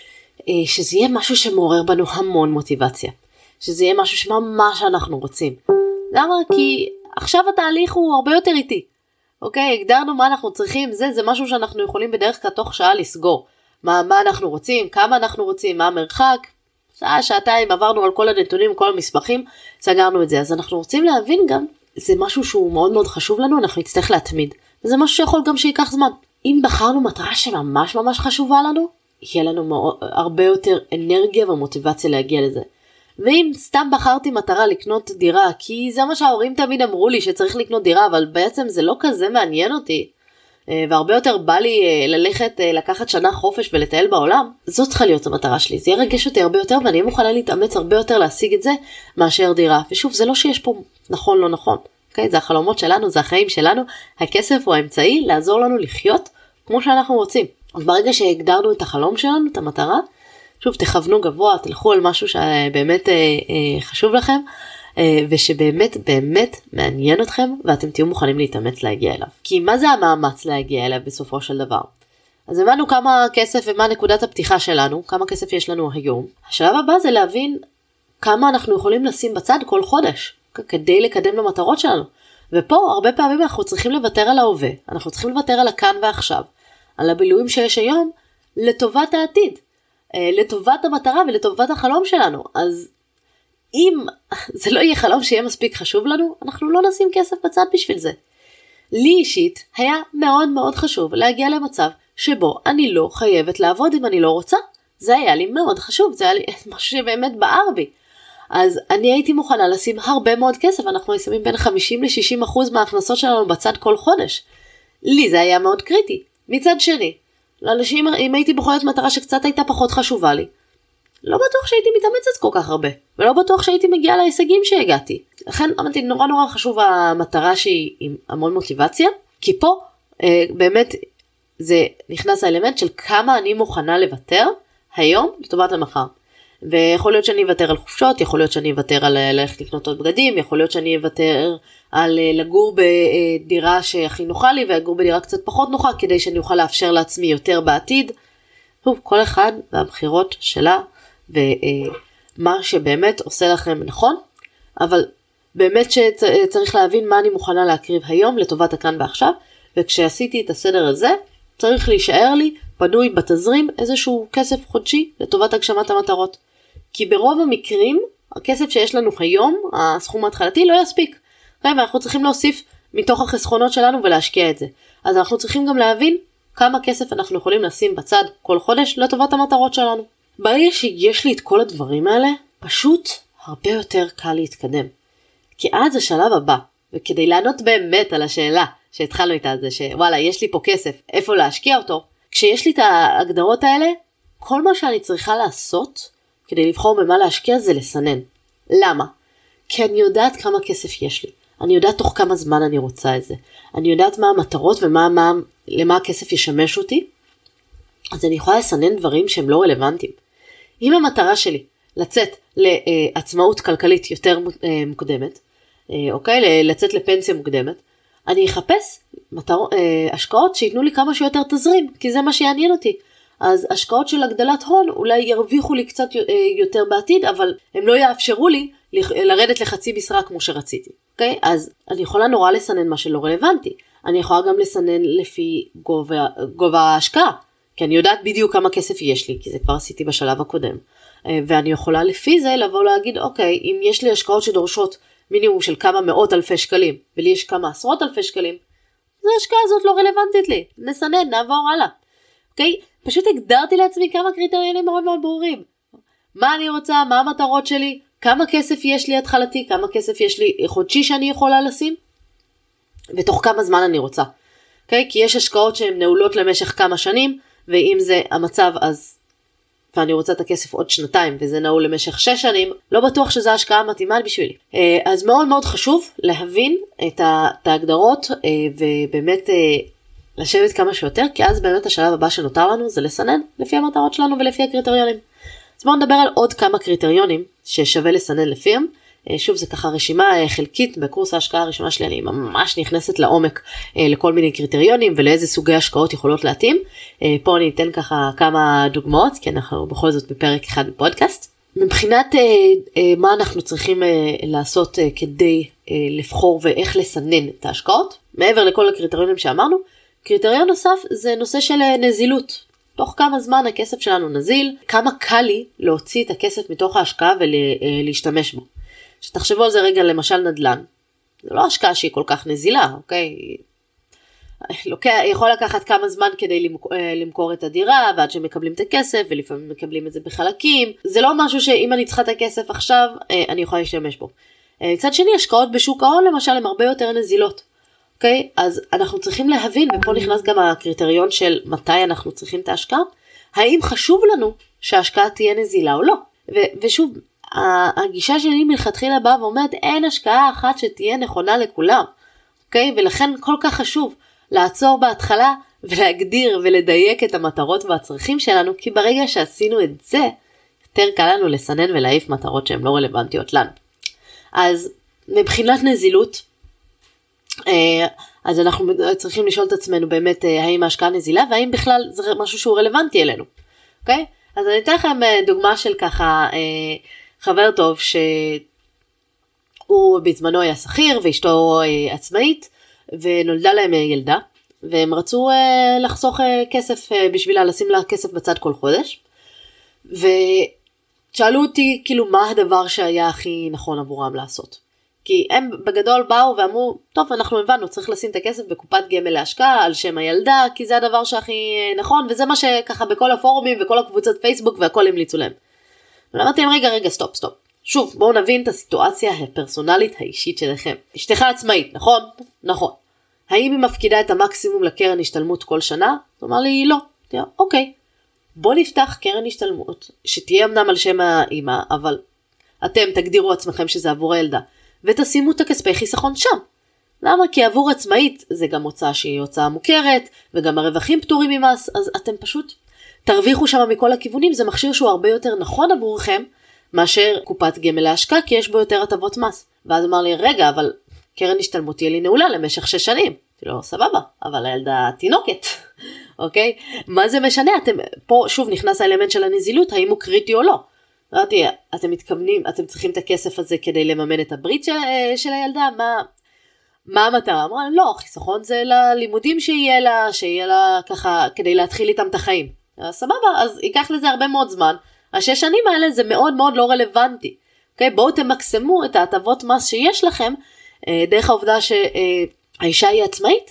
שזה יהיה משהו שמעורר בנו המון מוטיבציה. שזה יהיה משהו שממש אנחנו רוצים. למה? כי עכשיו התהליך הוא הרבה יותר איטי. אוקיי, הגדרנו מה אנחנו צריכים, זה, זה משהו שאנחנו יכולים בדרך כלל תוך שעה לסגור. מה, מה אנחנו רוצים, כמה אנחנו רוצים, מה המרחק. שעה, שעתיים, עברנו על כל הנתונים, כל המסמכים, סגרנו את זה. אז אנחנו רוצים להבין גם, זה משהו שהוא מאוד מאוד חשוב לנו, אנחנו נצטרך להתמיד. וזה משהו שיכול גם שיקח זמן. אם בחרנו מטרה שממש ממש חשובה לנו, יהיה לנו מאוד, הרבה יותר אנרגיה ומוטיבציה להגיע לזה. ואם סתם בחרתי מטרה לקנות דירה, כי זה מה שההורים תמיד אמרו לי שצריך לקנות דירה, אבל בעצם זה לא כזה מעניין אותי, והרבה יותר בא לי ללכת, לקחת שנה חופש ולטייל בעולם, זאת צריכה להיות המטרה שלי. זה ירגש אותי הרבה יותר, ואני מוכנה להתאמץ הרבה יותר להשיג את זה מאשר דירה. ושוב, זה לא שיש פה נכון לא נכון. Okay? זה החלומות שלנו, זה החיים שלנו. הכסף הוא האמצעי לעזור לנו לחיות כמו שאנחנו רוצים. אז ברגע שהגדרנו את החלום שלנו, את המטרה, שוב, תכוונו גבוה, תלכו על משהו שבאמת אה, אה, חשוב לכם, אה, ושבאמת באמת מעניין אתכם, ואתם תהיו מוכנים להתאמץ להגיע אליו. כי מה זה המאמץ להגיע אליו בסופו של דבר? אז הבנו כמה כסף ומה נקודת הפתיחה שלנו, כמה כסף יש לנו היום. השלב הבא זה להבין כמה אנחנו יכולים לשים בצד כל חודש, כדי לקדם למטרות שלנו. ופה הרבה פעמים אנחנו צריכים לוותר על ההווה, אנחנו צריכים לוותר על הכאן ועכשיו, על הבילויים שיש היום, לטובת העתיד, לטובת המטרה ולטובת החלום שלנו. אז אם זה לא יהיה חלום שיהיה מספיק חשוב לנו, אנחנו לא נשים כסף בצד בשביל זה. לי אישית היה מאוד מאוד חשוב להגיע למצב שבו אני לא חייבת לעבוד אם אני לא רוצה. זה היה לי מאוד חשוב, זה היה לי משהו שבאמת בער בי. אז אני הייתי מוכנה לשים הרבה מאוד כסף, אנחנו שמים בין חמישים ל-שישים אחוז מההכנסות שלנו בצד כל חודש. לי זה היה מאוד קריטי. מצד שני, לאנשים, אם הייתי בוחרת מטרה שקצת הייתה פחות חשובה לי, לא בטוח שהייתי מתאמצת כל כך הרבה, ולא בטוח שהייתי מגיעה להישגים שהגעתי. לכן אמרתי, נורא נורא חשוב המטרה שהיא עם המון מוטיבציה, כי פה אה, באמת זה נכנס האלמנט של כמה אני מוכנה לוותר היום לטובת המחר. ויכול להיות שאני אוותר על חופשות, יכול להיות שאני אוותר על ללכת לקנות עוד בגדים, יכול להיות שאני אוותר על לגור בדירה שהכי נוחה לי, ולגור בדירה קצת פחות נוחה, כדי שאני אוכל לאפשר לעצמי יותר בעתיד. טוב, כל אחד והבחירות שלה, ומה שבאמת עושה לכם נכון, אבל באמת שצריך להבין מה אני מוכנה להקריב היום לטובת הכאן ועכשיו, וכשעשיתי את הסדר הזה, צריך להישאר לי פנוי בתזרים איזשהו כסף חודשי לטובת הגשמת המטרות. כי ברוב המקרים, הכסף שיש לנו היום, הסכום ההתחלתי, לא יספיק. ואנחנו צריכים להוסיף מתוך החסכונות שלנו ולהשקיע את זה. אז אנחנו צריכים גם להבין כמה כסף אנחנו יכולים לשים בצד כל חודש לטובת המטרות שלנו. ברגע שיש לי את כל הדברים האלה, פשוט הרבה יותר קל להתקדם. כי אז השלב הבא, וכדי לענות באמת על השאלה שהתחלנו איתה, זה שוואלה, יש לי פה כסף, איפה להשקיע אותו? כשיש לי את ההגדרות האלה, כל מה שאני צריכה לעשות כדי לבחור במה להשקיע זה לסנן. למה? כי אני יודעת כמה כסף יש לי. אני יודעת תוך כמה זמן אני רוצה את זה. אני יודעת מה המטרות ומה מה, למה הכסף ישמש אותי. אז אני יכולה לסנן דברים שהם לא רלוונטיים. אם המטרה שלי לצאת לעצמאות כלכלית יותר מוקדמת, אוקיי? לצאת לפנסיה מוקדמת, אני אחפש מטר... השקעות שיתנו לי כמה שיותר תזרים, כי זה מה שיעניין אותי. אז השקעות של הגדלת הון אולי ירוויחו לי קצת יותר בעתיד, אבל הם לא יאפשרו לי לרדת לחצי משרה כמו שרציתי. אוקיי? אז אני יכולה נורא לסנן מה שלא רלוונטי. אני יכולה גם לסנן לפי גובה, גובה ההשקעה, כי אני יודעת בדיוק כמה כסף יש לי, כי זה כבר עשיתי בשלב הקודם. ואני יכולה לפי זה לבוא להגיד, אוקיי, אם יש לי השקעות שדורשות מינימום של כמה מאות אלפי שקלים, ולי יש כמה עשרות אלפי שקלים, אז ההשקעה הזאת לא רלוונטית לי. נסנן, נעבור הלאה. אוקיי? פשוט הגדרתי לעצמי כמה קריטריונים מאוד מאוד ברורים. מה אני רוצה, מה המטרות שלי, כמה כסף יש לי התחלתי, כמה כסף יש לי חודשי שאני יכולה לשים, ותוך כמה זמן אני רוצה. אוקיי? כי יש השקעות שהן נעולות למשך כמה שנים, ואם זה המצב אז, ואני רוצה את הכסף עוד שנתיים, וזה נעול למשך שש שנים, לא בטוח שזו השקעה מתאימה בשבילי. אז מאוד מאוד חשוב להבין את ההגדרות, ובאמת לשבת כמה שיותר, כי אז באמת השלב הבא שנותר לנו זה לסנן לפי המטרות שלנו ולפי הקריטריונים. אז בואו נדבר על עוד כמה קריטריונים ששווה לסנן לפיהם. שוב, זה ככה רשימה חלקית, בקורס ההשקעה הראשונה שלי אני ממש נכנסת לעומק לכל מיני קריטריונים ולאיזה סוגי השקעות יכולות להתאים. פה אני אתן ככה כמה דוגמאות, כי אנחנו בכל זאת בפרק אחד בפודקאסט. מבחינת מה אנחנו צריכים לעשות כדי לבחור ואיך לסנן את ההשקעות, מעבר לכל הקריטריונים שאמרנו, קריטריון נוסף זה נושא של נזילות. תוך כמה זמן הכסף שלנו נזיל, כמה קל לי להוציא את הכסף מתוך ההשקעה ולהשתמש בו. שתחשבו על זה רגע, למשל נדל"ן. זה לא השקעה שהיא כל כך נזילה, אוקיי? לוקח, יכול לקחת כמה זמן כדי למכור את הדירה, ועד שמקבלים את הכסף, ולפעמים מקבלים את זה בחלקים. זה לא משהו שאם אני צריכה את הכסף עכשיו, אני יכולה להשתמש בו. מצד שני, השקעות בשוק ההון למשל הן הרבה יותר נזילות. אוקיי? אז אנחנו צריכים להבין, ופה נכנס גם הקריטריון של מתי אנחנו צריכים את ההשקעה, האם חשוב לנו שההשקעה תהיה נזילה או לא. ו- ושוב, הגישה שלי מלכתחילה באה ואומרת, אין השקעה אחת שתהיה נכונה לכולם. אוקיי? ולכן כל כך חשוב לעצור בהתחלה ולהגדיר ולדייק את המטרות והצרכים שלנו, כי ברגע שעשינו את זה, יותר קל לנו לסנן ולהעיף מטרות שהן לא רלוונטיות לנו. אז מבחינת נזילות, אז אנחנו צריכים לשאול את עצמנו באמת האם ההשקעה נזילה, והאם בכלל זה משהו שהוא רלוונטי אלינו. אוקיי? אז אני אתן לכם דוגמה של ככה חבר טוב שהוא בזמנו היה שכיר ואשתו עצמאית, ונולדה להם ילדה, והם רצו לחסוך כסף בשבילה, לשים לה כסף בצד כל חודש, שאלו אותי כאילו מה הדבר שהיה הכי נכון עבורם לעשות. כי הם בגדול באו ואמרו, טוב, אנחנו הבנו, צריך לשים את הכסף בקופת גמל להשקעה על שם הילדה, כי זה הדבר שהכי נכון, וזה מה שככה בכל הפורומים וכל הקבוצות פייסבוק והכל המליצו להם. ואמרתי להם, רגע, רגע, סטופ, סטופ. שוב, בואו נבין את הסיטואציה הפרסונלית האישית שלכם. אשתך עצמאית, נכון? נכון. האם היא מפקידה את המקסימום לקרן השתלמות כל שנה? הוא אמר לי, לא. תראה, אוקיי. בוא נפתח קרן השתלמות, שתהיה אמנם על שם האמא, אבל אתם תגדירו עצמכם שזה עבור הילדה, ותשימו את הכספי חיסכון שם. למה? כי עבור עצמאית זה גם הוצאה שהיא הוצאה מוכרת, וגם הרווחים פטורים ממס, אז אתם פשוט תרוויחו שם מכל הכיוונים, זה מכשיר שהוא הרבה יותר נכון עבורכם, מאשר קופת גמל להשקעה, כי יש בו יותר הטבות מס. ואז אמר לי, רגע, אבל קרן השתלמות תהיה לי נעולה למשך שש שנים. לא, סבבה, אבל הילדה תינוקת, אוקיי? מה זה משנה? אתם, פה שוב נכנס האלמנט של הנזילות, האם הוא קריטי או לא. ראיתי, אתם מתכוונים, אתם צריכים את הכסף הזה כדי לממן את הברית של, של הילדה? מה, מה המטרה? אמרה, לא, חיסכון זה ללימודים שיהיה לה, שיהיה לה ככה, כדי להתחיל איתם את החיים. סבבה, אז ייקח לזה הרבה מאוד זמן. השש שנים האלה זה מאוד מאוד לא רלוונטי. אוקיי? בואו תמקסמו את ההטבות מס שיש לכם, דרך העובדה שהאישה היא עצמאית,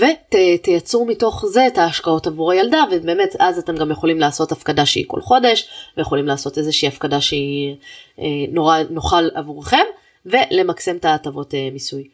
ותייצרו מתוך זה את ההשקעות עבור הילדה, ובאמת אז אתם גם יכולים לעשות הפקדה שהיא כל חודש, ויכולים לעשות איזושהי הפקדה שהיא נורא נוכל עבורכם, ולמקסם את ההטבות מיסוי.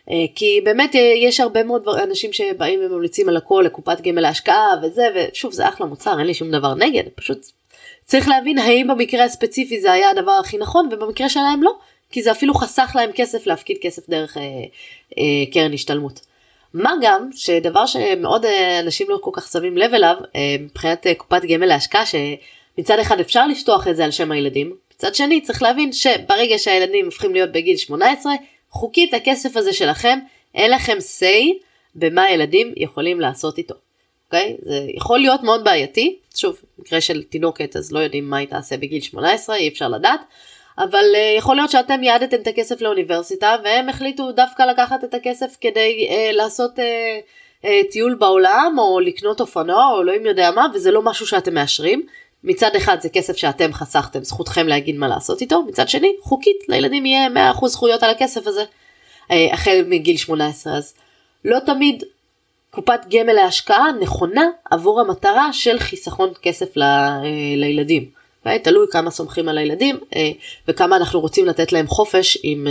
כי באמת יש הרבה מאוד אנשים שבאים וממליצים על הכל, לקופת גמל להשקעה וזה, ושוב זה אחלה מוצר, אין לי שום דבר נגד, פשוט צריך להבין האם במקרה הספציפי זה היה הדבר הכי נכון, ובמקרה שלהם לא, כי זה אפילו חסך להם כסף להפקיד כסף דרך אה, אה, קרן השתלמות. מה גם שדבר שמאוד אה, אנשים לא כל כך שמים לב אליו, אה, מבחינת אה, קופת גמל להשקעה, שמצד אחד אפשר לשטוח את זה על שם הילדים, מצד שני צריך להבין שברגע שהילדים הופכים להיות בגיל שמונה עשרה, חוקית הכסף הזה שלכם, אין לכם say במה הילדים יכולים לעשות איתו. אוקיי? זה יכול להיות מאוד בעייתי, שוב, מקרה של תינוקת, אז לא יודעים מה היא תעשה בגיל שמונה עשרה, אי אפשר לדעת, אבל uh, יכול להיות שאתם יעדתם את הכסף לאוניברסיטה, והם החליטו דווקא לקחת את הכסף כדי uh, לעשות uh, uh, טיול בעולם, או לקנות אופנוע, או לא יודע מה, וזה לא משהו שאתם מאשרים. מצד אחד זה כסף שאתם חסכתם, זכותכם להגיד מה לעשות איתו, מצד שני, חוקית, לילדים יהיה מאה אחוז זכויות על הכסף הזה, uh, החל מגיל שמונה עשרה, אז לא תמיד קופת גמל להשקעה נכונה עבור המטרה של חיסכון כסף ל, uh, לילדים. תלוי כמה סומכים על הילדים, וכמה אנחנו רוצים לתת להם חופש עם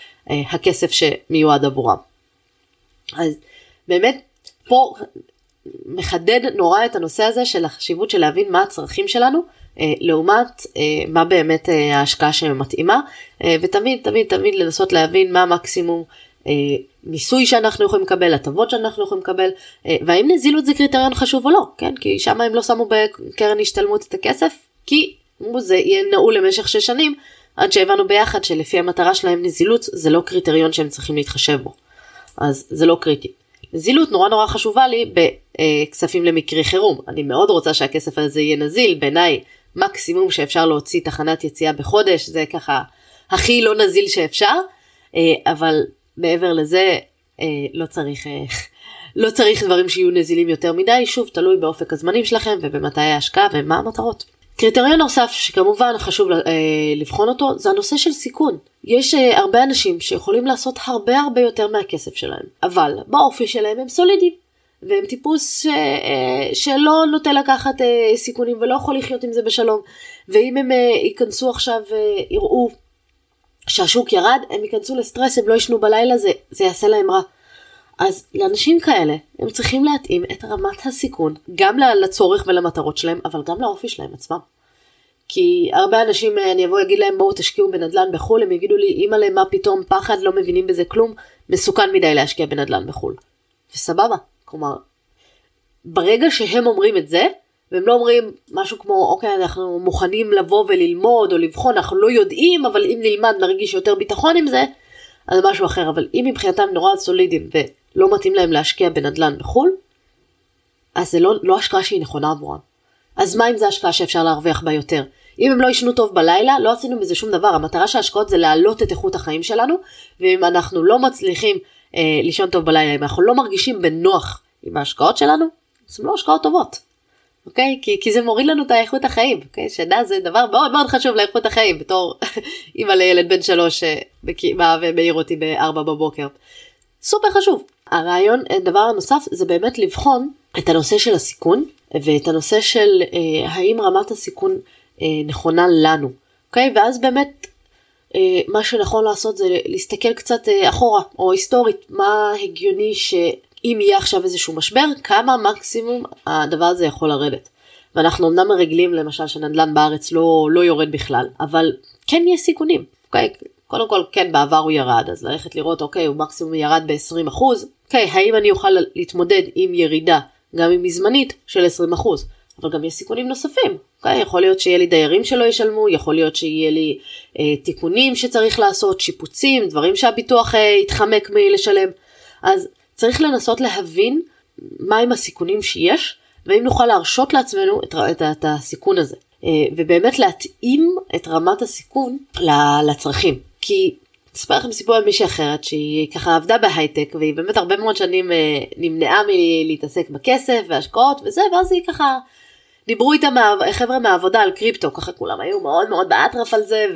הכסף שמיועד עבורם. אז באמת, פה מחדד נורא את הנושא הזה של החשיבות של להבין מה הצרכים שלנו, לעומת מה באמת ההשקעה שמתאימה, ותמיד, תמיד, תמיד לנסות להבין מה המקסימום מיסוי שאנחנו יכולים לקבל, הטבות שאנחנו יכולים לקבל, והאם נזילות זה קריטריון חשוב או לא, כן? כי שם הם לא שמו בקרן השתלמות את הכסף, כי זה יהיה נעול למשך שש שנים, עד שהבנו ביחד שלפי המטרה שלהם נזילות, זה לא קריטריון שהם צריכים להתחשב בו. אז זה לא קריטי. נזילות נורא נורא חשובה לי בכספים למקרה חירום. אני מאוד רוצה שהכסף הזה יהיה נזיל, בעיניי מקסימום שאפשר להוציא תחנת יציאה בחודש, זה ככה הכי לא נזיל שאפשר, אבל מעבר לזה לא צריך, לא צריך דברים שיהיו נזילים יותר מדי, שוב תלוי באופק הזמנים שלכם ובמתי ההשקעה ומה המטרות. קריטריון נוסף שכמובן חשוב לבחון אותו, זה הנושא של סיכון. יש הרבה אנשים שיכולים לעשות הרבה הרבה יותר מהכסף שלהם, אבל באופי שלהם הם סולידיים, והם טיפוס ש... שלא נוטה לקחת סיכונים ולא יכול לחיות עם זה בשלום, ואם הם ייכנסו עכשיו ויראו שהשוק ירד, הם ייכנסו לסטרס, הם לא ישנו בלילה, זה, זה יעשה להם רע. אז לאנשים כאלה, הם צריכים להתאים את רמת הסיכון, גם לצורך ולמטרות שלהם, אבל גם לאופי שלהם עצמם. כי הרבה אנשים, אני אבוא להגיד להם, בואו תשקיעו בנדלן בחול, הם יגידו לי, אמא למה פתאום פחד, לא מבינים בזה כלום, מסוכן מדי להשקיע בנדלן בחול. וסבבה, כלומר, ברגע שהם אומרים את זה, והם לא אומרים משהו כמו, אוקיי, אנחנו מוכנים לבוא וללמוד או לבחון, אנחנו לא יודעים, אבל אם נלמד נרגיש יותר ביטחון עם זה, אז משהו אחר. אבל אם מבחינתם נורא סולידיים ולא מתאים להם להשקיע בנדלן בחול, אז זה לא, לא השקעה שהיא נכונה עבורם. אז מה אם זה השקעה שאפשר להרוויח בה יותר? אם הם לא ישנו טוב בלילה, לא עשינו בזה שום דבר. המטרה של ההשקעות זה להעלות את איכות החיים שלנו, ואם אנחנו לא מצליחים אה, לישון טוב בלילה, אם אנחנו לא מרגישים בנוח עם ההשקעות שלנו, אז הן לא השקעות טובות. אוקיי? כי, כי זה מוריד לנו את האיכות החיים, אוקיי? שינה זה דבר מאוד מאוד חשוב לאיכות החיים, בתור אמא לילד בן שלוש שבא ומעיר אותי בארבע בבוקר. סופר חשוב. הרעיון, דבר נוסף, זה באמת לבחון את הנושא של הסיכון, ואת הנושא של אה, האם רמת הסיכון אה, נכונה לנו, אוקיי? ואז באמת אה, מה שנכון לעשות זה להסתכל קצת אה, אחורה, או היסטורית, מה הגיוני שאם יהיה עכשיו איזשהו משבר, כמה מקסימום הדבר הזה יכול לרדת. ואנחנו אמנם מרגלים למשל שנדל"ן בארץ לא, לא יורד בכלל, אבל כן יש סיכונים, אוקיי? קודם כל, כן, בעבר הוא ירד, אז ללכת לראות, אוקיי, הוא מקסימום ירד ב-עשרים אחוז, אוקיי, האם אני אוכל להתמודד עם ירידה, גם אם היא זמנית, של עשרים אחוז, אבל גם יש סיכונים נוספים, אוקיי, יכול להיות שיהיה לי דיירים שלא ישלמו, יכול להיות שיהיה לי אה, תיקונים שצריך לעשות, שיפוצים, דברים שהביטוח אה, יתחמק מלשלם, אז צריך לנסות להבין מהם הסיכונים שיש, ואם נוכל להרשות לעצמנו את, את, את הסיכון הזה, אה, ובאמת להתאים את רמת הסיכון לצרכים. כי אספר לכם סיפור על מישהי אחרת שהיא ככה עבדה בהייטק, והיא באמת הרבה מאוד שנים אה, נמנעה מלהתעסק בכסף והשקעות וזה, ואז היא ככה, דיברו איתה מה, חבר'ה מהעבודה על קריפטו, ככה כולם היו מאוד מאוד באטרף על זה,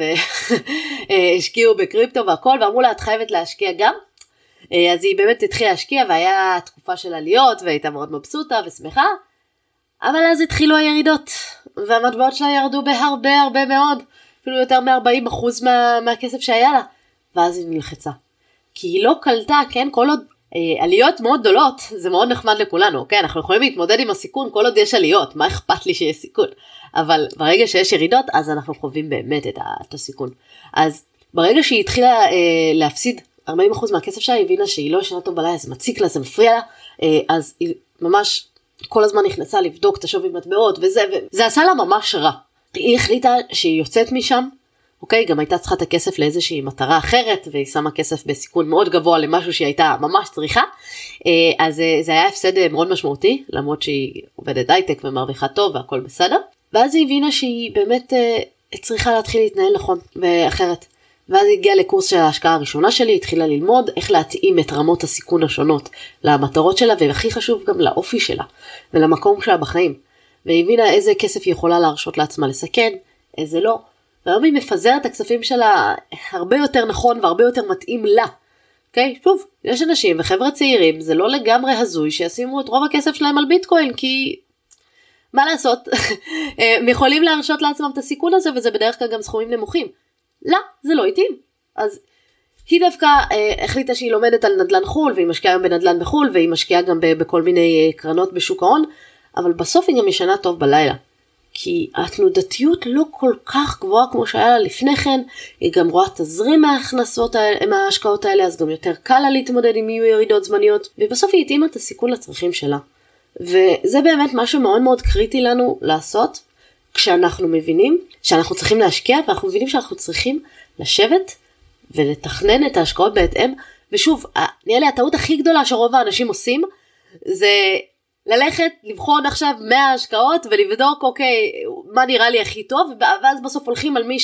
והשקיעו בקריפטו והכל, ואמרו לה את חייבת להשקיע גם, אה, אז היא באמת התחילה להשקיע, והיה תקופה של עליות, והייתה מאוד מבסוטה ושמחה, אבל אז התחילו הירידות, והמטבעות שלה ירדו בהרבה הרבה מאוד, אפילו יותר מ-ארבעים אחוז מה, מהכסף שהיה לה, ואז היא נלחצה. כי היא לא קלטה, כן, כל עוד אה, עליות מאוד גדולות, זה מאוד נחמד לכולנו, אוקיי? אנחנו יכולים להתמודד עם הסיכון כל עוד יש עליות, מה אכפת לי שיש סיכון? אבל ברגע שיש ירידות, אז אנחנו חווים באמת את, ה, את הסיכון. אז ברגע שהיא התחילה אה, להפסיד ארבעים אחוז מהכסף שלה, היא הבינה שהיא לא ישנה טוב בלילה, זה מציק לה, זה מפריע לה, אה, אז היא ממש כל הזמן נכנסה לבדוק את השווי מטבעות, וזה, וזה עשה לה ממש רע. היא החליטה שהיא יוצאת משם, אוקיי, גם הייתה צריכה את הכסף לאיזושהי מטרה אחרת, והיא שמה כסף בסיכון מאוד גבוה למשהו שהיא הייתה ממש צריכה, אז זה היה הפסד מאוד משמעותי, למרות שהיא עובדת הייטק ומרוויחה טוב והכל בסדר, ואז היא הבינה שהיא באמת צריכה להתחיל להתנהל נכון ואחרת, ואז היא הגיעה לקורס של ההשקעה הראשונה שלי, התחילה ללמוד איך להתאים את רמות הסיכון השונות למטרות שלה, והכי חשוב גם לאופי שלה ולמקום שלה בחיים. והיא הבינה איזה כסף היא יכולה להרשות לעצמה לסכן, איזה לא. והיום היא מפזרת את הכספים שלה הרבה יותר נכון והרבה יותר מתאים לה. אוקיי? שוב, יש אנשים וחבר'ה צעירים, זה לא לגמרי הזוי שישימו את רוב הכסף שלהם על ביטקוין, כי מה לעשות? הם יכולים להרשות לעצמם את הסיכון הזה, וזה בדרך כלל גם סכומים נמוכים. לא, זה לא התאים. אז היא דווקא אה, החליטה שהיא לומדת על נדל"ן חול, והיא משקיעה גם בנדל"ן בחול, והיא משקיעה גם ב- בכל מיני אה, קרנות בשוק ההון, אבל בסוף היא גם ישנה טוב בלילה. כי התנודתיות לא כל כך גבוהה כמו שהיה לה לפני כן, היא גם רואה תזרים מההכנסות, מההשקעות האלה, אז גם יותר קל לה להתמודד אם יהיו ירידות זמניות, ובסוף היא התאימה את הסיכון לצרכים שלה. וזה באמת משהו מאוד מאוד קריטי לנו לעשות, כשאנחנו מבינים שאנחנו צריכים להשקיע, ואנחנו מבינים שאנחנו צריכים לשבת ולתכנן את ההשקעות בהתאם, ושוב, נראה לי הטעות הכי גדולה שרוב האנשים עושים, זה ללכת, לבחון עכשיו מאה השקעות, ולבדוק, אוקיי, מה נראה לי הכי טוב, ואז בסוף הולכים על מי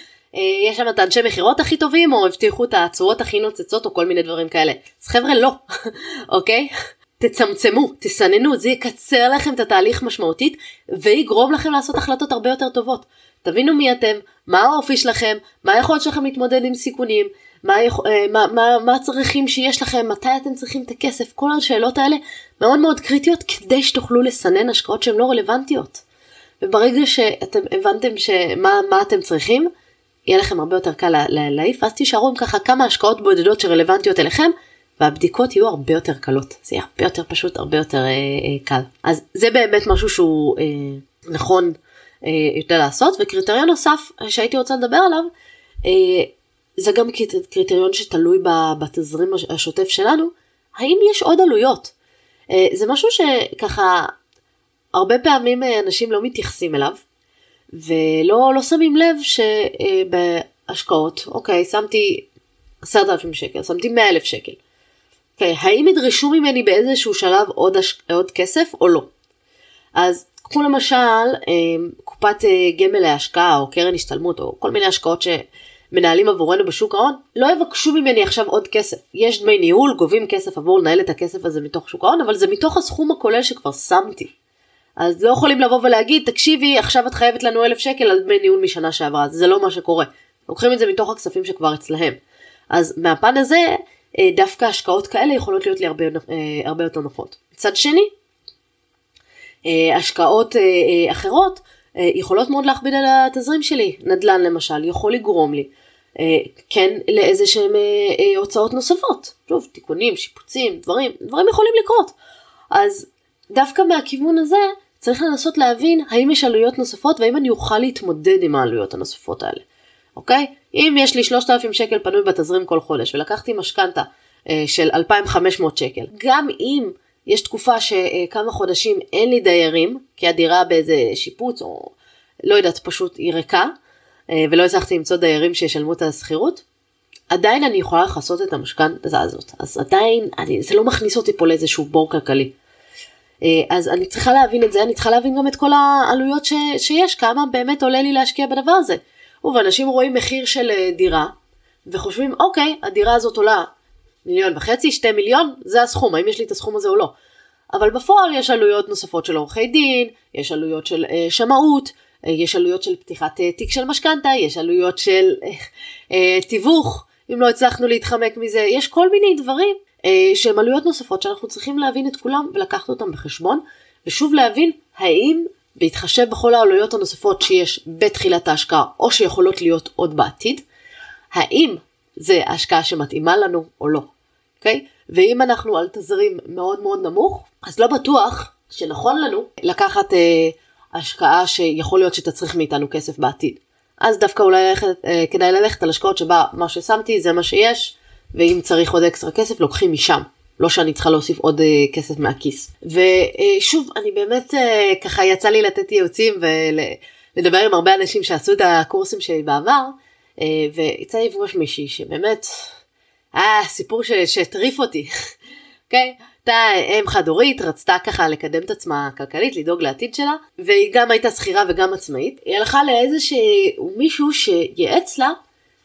שיש שם את האנשי מחירות הכי טובים, או הבטיחו את הצורות הכי נוצצות, או כל מיני דברים כאלה. אז חבר'ה, לא, אוקיי? תצמצמו, תסננו, זה יקצר לכם את התהליך משמעותית, ויגרום לכם לעשות החלטות הרבה יותר טובות. תבינו מי אתם, מה האופי שלכם, מה היכולת שלכם להתמודד עם סיכונים, מה, מה, מה, מה הצרכים שיש לכם, מתי אתם צריכים את הכסף, כל השאלות האלה מאוד מאוד קריטיות, כדי שתוכלו לסנן השקעות שהן לא רלוונטיות. וברגע שאתם הבנתם שמה, מה אתם צריכים, יהיה לכם הרבה יותר קל להעיף, אז תישארו עם ככה כמה השקעות בודדות שרלוונטיות אליכם, והבדיקות יהיו הרבה יותר קלות. זה יהיה הרבה יותר פשוט, הרבה יותר אה, אה, קל. אז זה באמת משהו שהוא אה, נכון אה, יותר לעשות, וקריטריון נוסף שהייתי רוצה לדבר עליו, אה, זה גם קריטריון שתלוי בתזרים השוטף שלנו, האם יש עוד עלויות? אה, זה משהו שככה, הרבה פעמים אנשים לא מתייחסים אליו, ולא לא שמים לב שבהשקעות, אוקיי, שמתי עשרת אלפים שקל, שמתי מאה אלף שקל. אוקיי, האם ידרשו ממני באיזשהו שלב עוד, עוד כסף או לא? אז כמו למשל, קופת גמל להשקעה או קרן השתלמות או כל מיני השקעות שמנהלים עבורנו בשוק ההון, לא יבקשו ממני עכשיו עוד כסף. יש דמי ניהול, גובים כסף עבור לנהל את הכסף הזה מתוך שוק ההון, אבל זה מתוך הסכום הכולל שכבר שמתי. אז לא יכולים לבוא ולהגיד, תקשיבי, עכשיו את חייבת לנו אלף שקל על דמי ניהול משנה שעברה, זה לא מה שקורה. לוקחים את זה מתוך הכספים שכבר אצלהם. אז מהפן הזה, דווקא השקעות כאלה יכולות להיות לי הרבה, הרבה יותר נוחות. מצד שני, השקעות אחרות יכולות מאוד להכביד על התזרים שלי. נדל"ן למשל, יכול לגרום לי, כן, לאיזה שהם הוצאות נוספות. שוב, תיקונים, שיפוצים, דברים, דברים יכולים לקרות. אז דווקא מהכיוון הזה, צריך לנסות להבין האם יש עלויות נוספות, והאם אני אוכל להתמודד עם העלויות הנוספות האלה. אוקיי? אם יש לי שלושת אלפים שקל פנוי בתזרים כל חודש, ולקחתי משכנתה אה, של אלפיים וחמש מאות שקל, גם אם יש תקופה שכמה חודשים אין לי דיירים, כי הדירה באיזה שיפוץ, או לא יודעת, פשוט היא ריקה, אה, ולא הצלחתי למצוא דיירים שישלמו את הסחירות, עדיין אני יכולה לחסות את המשכנתה הזאת. אז עדיין, אני, זה לא מכניס אותי פה לאיזשהו בור כלכלי. אז אני צריכה להבין את זה, אני צריכה להבין גם את כל העלויות ש, שיש, כמה באמת עולה לי להשקיע בדבר הזה. ואנשים רואים מחיר של דירה, וחושבים, אוקיי, הדירה הזאת עולה מיליון וחצי, שתי מיליון, זה הסכום, האם יש לי את הסכום הזה או לא. אבל בפועל יש עלויות נוספות של עורכי דין, יש עלויות של uh, שמאות, uh, יש עלויות של פתיחת uh, תיק של משכנתה, יש עלויות של uh, uh, תיווך, אם לא הצלחנו להתחמק מזה, יש כל מיני דברים uh, שהם עלויות נוספות שאנחנו צריכים להבין את כולם ולקחת אותם בחשבון, ושוב להבין האם בהתחשב בכל העלויות הנוספות שיש בתחילת ההשקעה, או שיכולות להיות עוד בעתיד, האם זה ההשקעה שמתאימה לנו או לא. אוקיי? ואם אנחנו על תזרים מאוד מאוד נמוך, אז לא בטוח שנכון לנו לקחת אה, השקעה שיכול להיות שתצריך מאיתנו כסף בעתיד. אז דווקא אולי ללכת, אה, כדאי ללכת על השקעות שבה מה ששמתי זה מה שיש, ואם צריך עוד אקסטרה כסף לוקחים משם. לא שאני צריכה להוסיף עוד uh, כסף מהכיס. ושוב, אני באמת uh, ככה יצא לי לתת ייעוצים ולדבר עם הרבה אנשים שעשו את הקורסים שלי בעבר, uh, ויצא לי לפגוש מישהי שבאמת, אה, סיפור שהטריף אותי. אוקיי? הייתה אם חד-הורית, רצתה ככה לקדם את עצמה כלכלית, לדאוג לעתיד שלה, והיא גם הייתה שכירה וגם עצמאית. היא הלכה לאיזשהו מישהו שייעץ לה,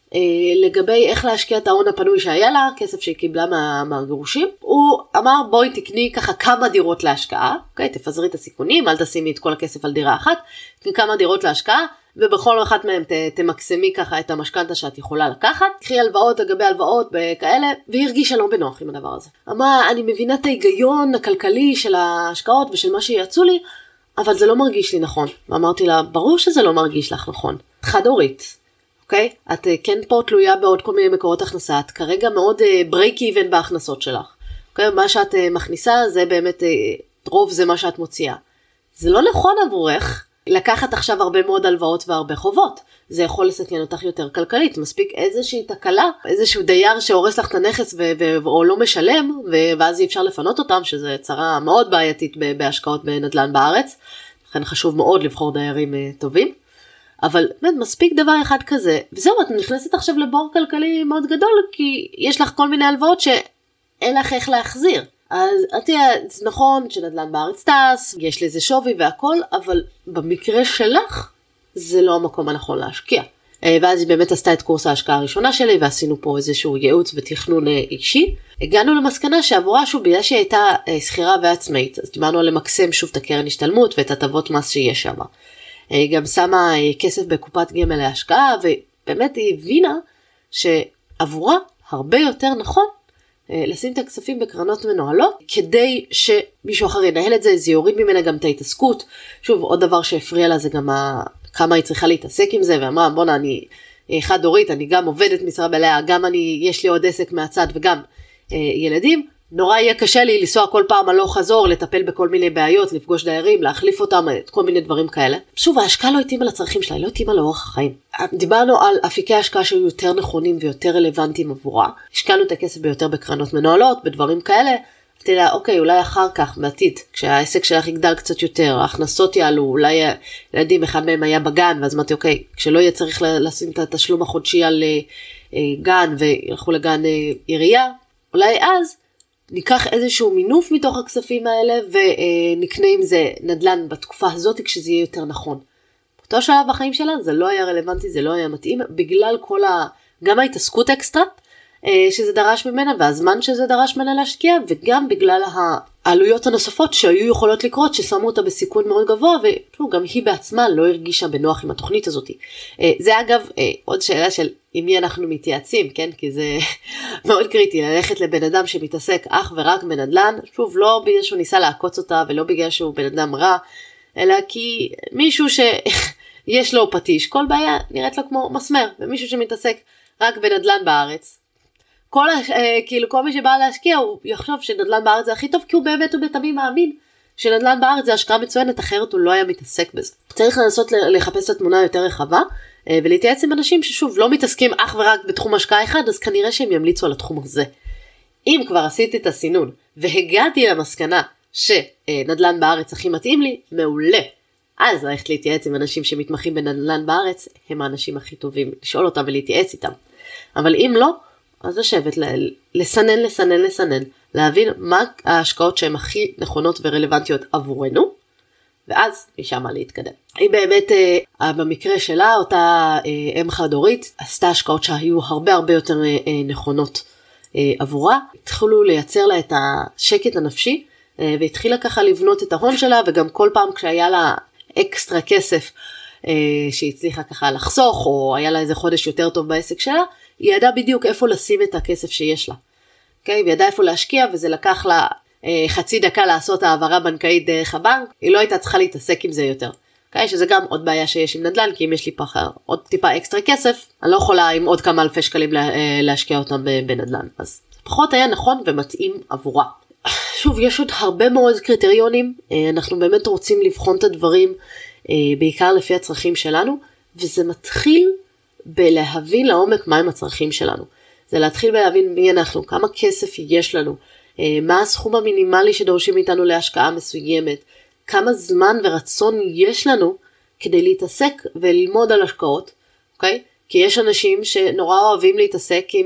לגבי איך להשקיע את ההון הפנוי שהיה לה, כסף שהיא קיבלה מה, מהגירושים. הוא אמר בואי תקני ככה כמה דירות להשקעה, אוקיי? תפזרי את הסיכונים, אל תשימי את כל הכסף על דירה אחת, תקני כמה דירות להשקעה, ובכל אחת מהם ת, תמקסמי ככה את המשכנתה שאת יכולה לקחת, קחי הלוואות לגבי הלוואות וכאלה, והיא הרגישה לא בנוח עם הדבר הזה. אמרה, אני מבינה את ההיגיון הכלכלי של ההשקעות ושל מה שיעצו לי, אבל זה לא מרגיש לי נכון. ואמרתי לה, ברור שזה לא מרגיש לך נכון. חד-הורית. אוקיי? את כן פה תלויה בעוד כל מיני מקורות הכנסה, את כרגע מאוד break even בהכנסות שלך. אוקיי? מה שאת מכניסה זה באמת, רוב זה מה שאת מוציאה. זה לא נכון עבורך לקחת עכשיו הרבה מאוד הלוואות והרבה חובות. זה יכול לסכן אותך יותר כלכלית. מספיק איזושהי תקלה, איזשהו דייר שהורס לך את הנכס ו- ו- או לא משלם, ו- ואז אי אפשר לפנות אותם, שזה צרה מאוד בעייתית בהשקעות בנדל"ן בארץ. לכן חשוב מאוד לבחור דיירים טובים. אבל באמת מספיק דבר אחד כזה, וזהו, את נכנסת עכשיו לבור כלכלי מאוד גדול, כי יש לך כל מיני הלוואות שאין לך איך להחזיר. אז את תהיה, זה נכון שנדל"ן בארץ טס, יש לזה שווי והכל, אבל במקרה שלך, זה לא המקום הנכון להשקיע. ואז היא באמת עשתה את קורס ההשקעה הראשונה שלי, ועשינו פה איזשהו ייעוץ ותכנון אישי. הגענו למסקנה שעבורה שוב, בגלל שהיא הייתה שכירה ועצמאית, אז דיברנו על למקסם שוב את הקרן השתלמות ואת הטבות מס שיש שם. היא גם שמה כסף בקופת גמל להשקעה, ובאמת היא הבינה שעבורה הרבה יותר נכון לשים את הכספים בקרנות מנוהלות, כדי שמישהו אחר ינהל את זה, זה יוריד ממנה גם את ההתעסקות. שוב, עוד דבר שהפריע לה זה גם ה... כמה היא צריכה להתעסק עם זה, ואמרה, בונה, אני חד הורית, אני גם עובדת משרה מלאה, גם אני, יש לי עוד עסק מהצד וגם אה, ילדים, נורא יהיה קשה לי לנסוע כל פעם הלוך חזור, לטפל בכל מיני בעיות, לפגוש דיירים, להחליף אותם, את כל מיני דברים כאלה. שוב, ההשקעה לא התאימה לצרכים שלה, היא לא התאימה לאורח החיים. דיברנו על אפיקי השקעה שהיו יותר נכונים ויותר רלוונטיים עבורה. השקענו את הכסף ביותר בקרנות מנוהלות, בדברים כאלה. אמרתי לה, אוקיי, אולי אחר כך, בעתיד, כשהעסק שלך יגדל קצת יותר, ההכנסות יעלו, אולי ילדים, אחד מהם היה בגן, ואז אמרתי, אוקיי, כשלא יהיה צריך לשים את התשלום החודשי על גן, וילכו לגן עירייה, אולי אז ניקח איזשהו מינוף מתוך הכספים האלה, ונקנה עם זה נדל"ן בתקופה הזאת, כשזה יהיה יותר נכון. באותו שלב בחיים שלה, זה לא היה רלוונטי, זה לא היה מתאים, בגלל כל ה... גם ההתעסקות אקסטרה, שזה דרש ממנה, והזמן שזה דרש ממנה להשקיע, וגם בגלל העלויות הנוספות שהיו יכולות לקרות, ששמו אותה בסיכון מאוד גבוה, וגם היא בעצמה לא הרגישה בנוח עם התוכנית הזאת. זה אגב עוד שאלה של עם מי אנחנו מתייעצים, כן? כי זה מאוד קריטי, ללכת לבן אדם שמתעסק אך ורק בנדל"ן, שוב, לא בגלל שהוא ניסה לעקוץ אותה, ולא בגלל שהוא בן אדם רע, אלא כי מישהו שיש לו פטיש, כל בעיה נראית לו כמו מסמר, ומישהו שמתעסק רק בנדל"ן בארץ, כל, כאילו, כל מי שבא להשקיע, הוא יחשוב שנדל"ן בארץ זה הכי טוב, כי הוא באמת ובתמים מאמין שנדל"ן בארץ זה השקעה מצוינת, אחרת הוא לא היה מתעסק בזה. צריך לנסות לחפש את התמונה יותר רחבה, ולהתייעץ עם אנשים ששוב לא מתעסקים אך ורק בתחום השקעה אחד, אז כנראה שהם ימליצו על התחום הזה. אם כבר עשיתי את הסינון, והגעתי למסקנה שנדל"ן בארץ הכי מתאים לי, מעולה. אז ללכת להתייעץ עם אנשים שמתמחים בנדל"ן בארץ, הם האנשים הכי טובים, לשאול אותם ולהתייעץ איתם. אבל אם לא, אז לשבת, לסנן, לסנן, לסנן, להבין מה ההשקעות שהן הכי נכונות ורלוונטיות עבורנו, ואז משם להתקדם. היא באמת, במקרה שלה, אותה אם חד-הורית, עשתה השקעות שהיו הרבה הרבה יותר נכונות עבורה, התחילו לייצר לה את השקט הנפשי, והתחילה ככה לבנות את ההון שלה, וגם כל פעם כשהיה לה אקסטרה כסף, שהיא הצליחה ככה לחסוך, או היה לה איזה חודש יותר טוב בעסק שלה, היא ידעה בדיוק איפה לשים את הכסף שיש לה. Okay? והיא ידעה איפה להשקיע, וזה לקח לה אה, חצי דקה לעשות העברה בנקאית דרך הבנק, היא לא הייתה צריכה להתעסק עם זה יותר. Okay? שזה גם עוד בעיה שיש עם נדל"ן, כי אם יש לי פחר עוד טיפה אקסטרה כסף, אני לא יכולה עם עוד כמה אלפי שקלים לה, אה, להשקיע אותם בנדל"ן. אז פחות היה נכון ומתאים עבורה. שוב, יש עוד הרבה מאוד קריטריונים, אה, אנחנו באמת רוצים לבחון את הדברים, אה, בעיקר לפי הצרכים שלנו, וזה מתחיל בלהבין לעומק מהם הצרכים שלנו. זה להתחיל בלהבין מי אנחנו, כמה כסף יש לנו, מה הסכום המינימלי שדורשים איתנו להשקעה מסוימת, כמה זמן ורצון יש לנו כדי להתעסק וללמוד על השקעות, אוקיי? כי יש אנשים שנורא אוהבים להתעסק עם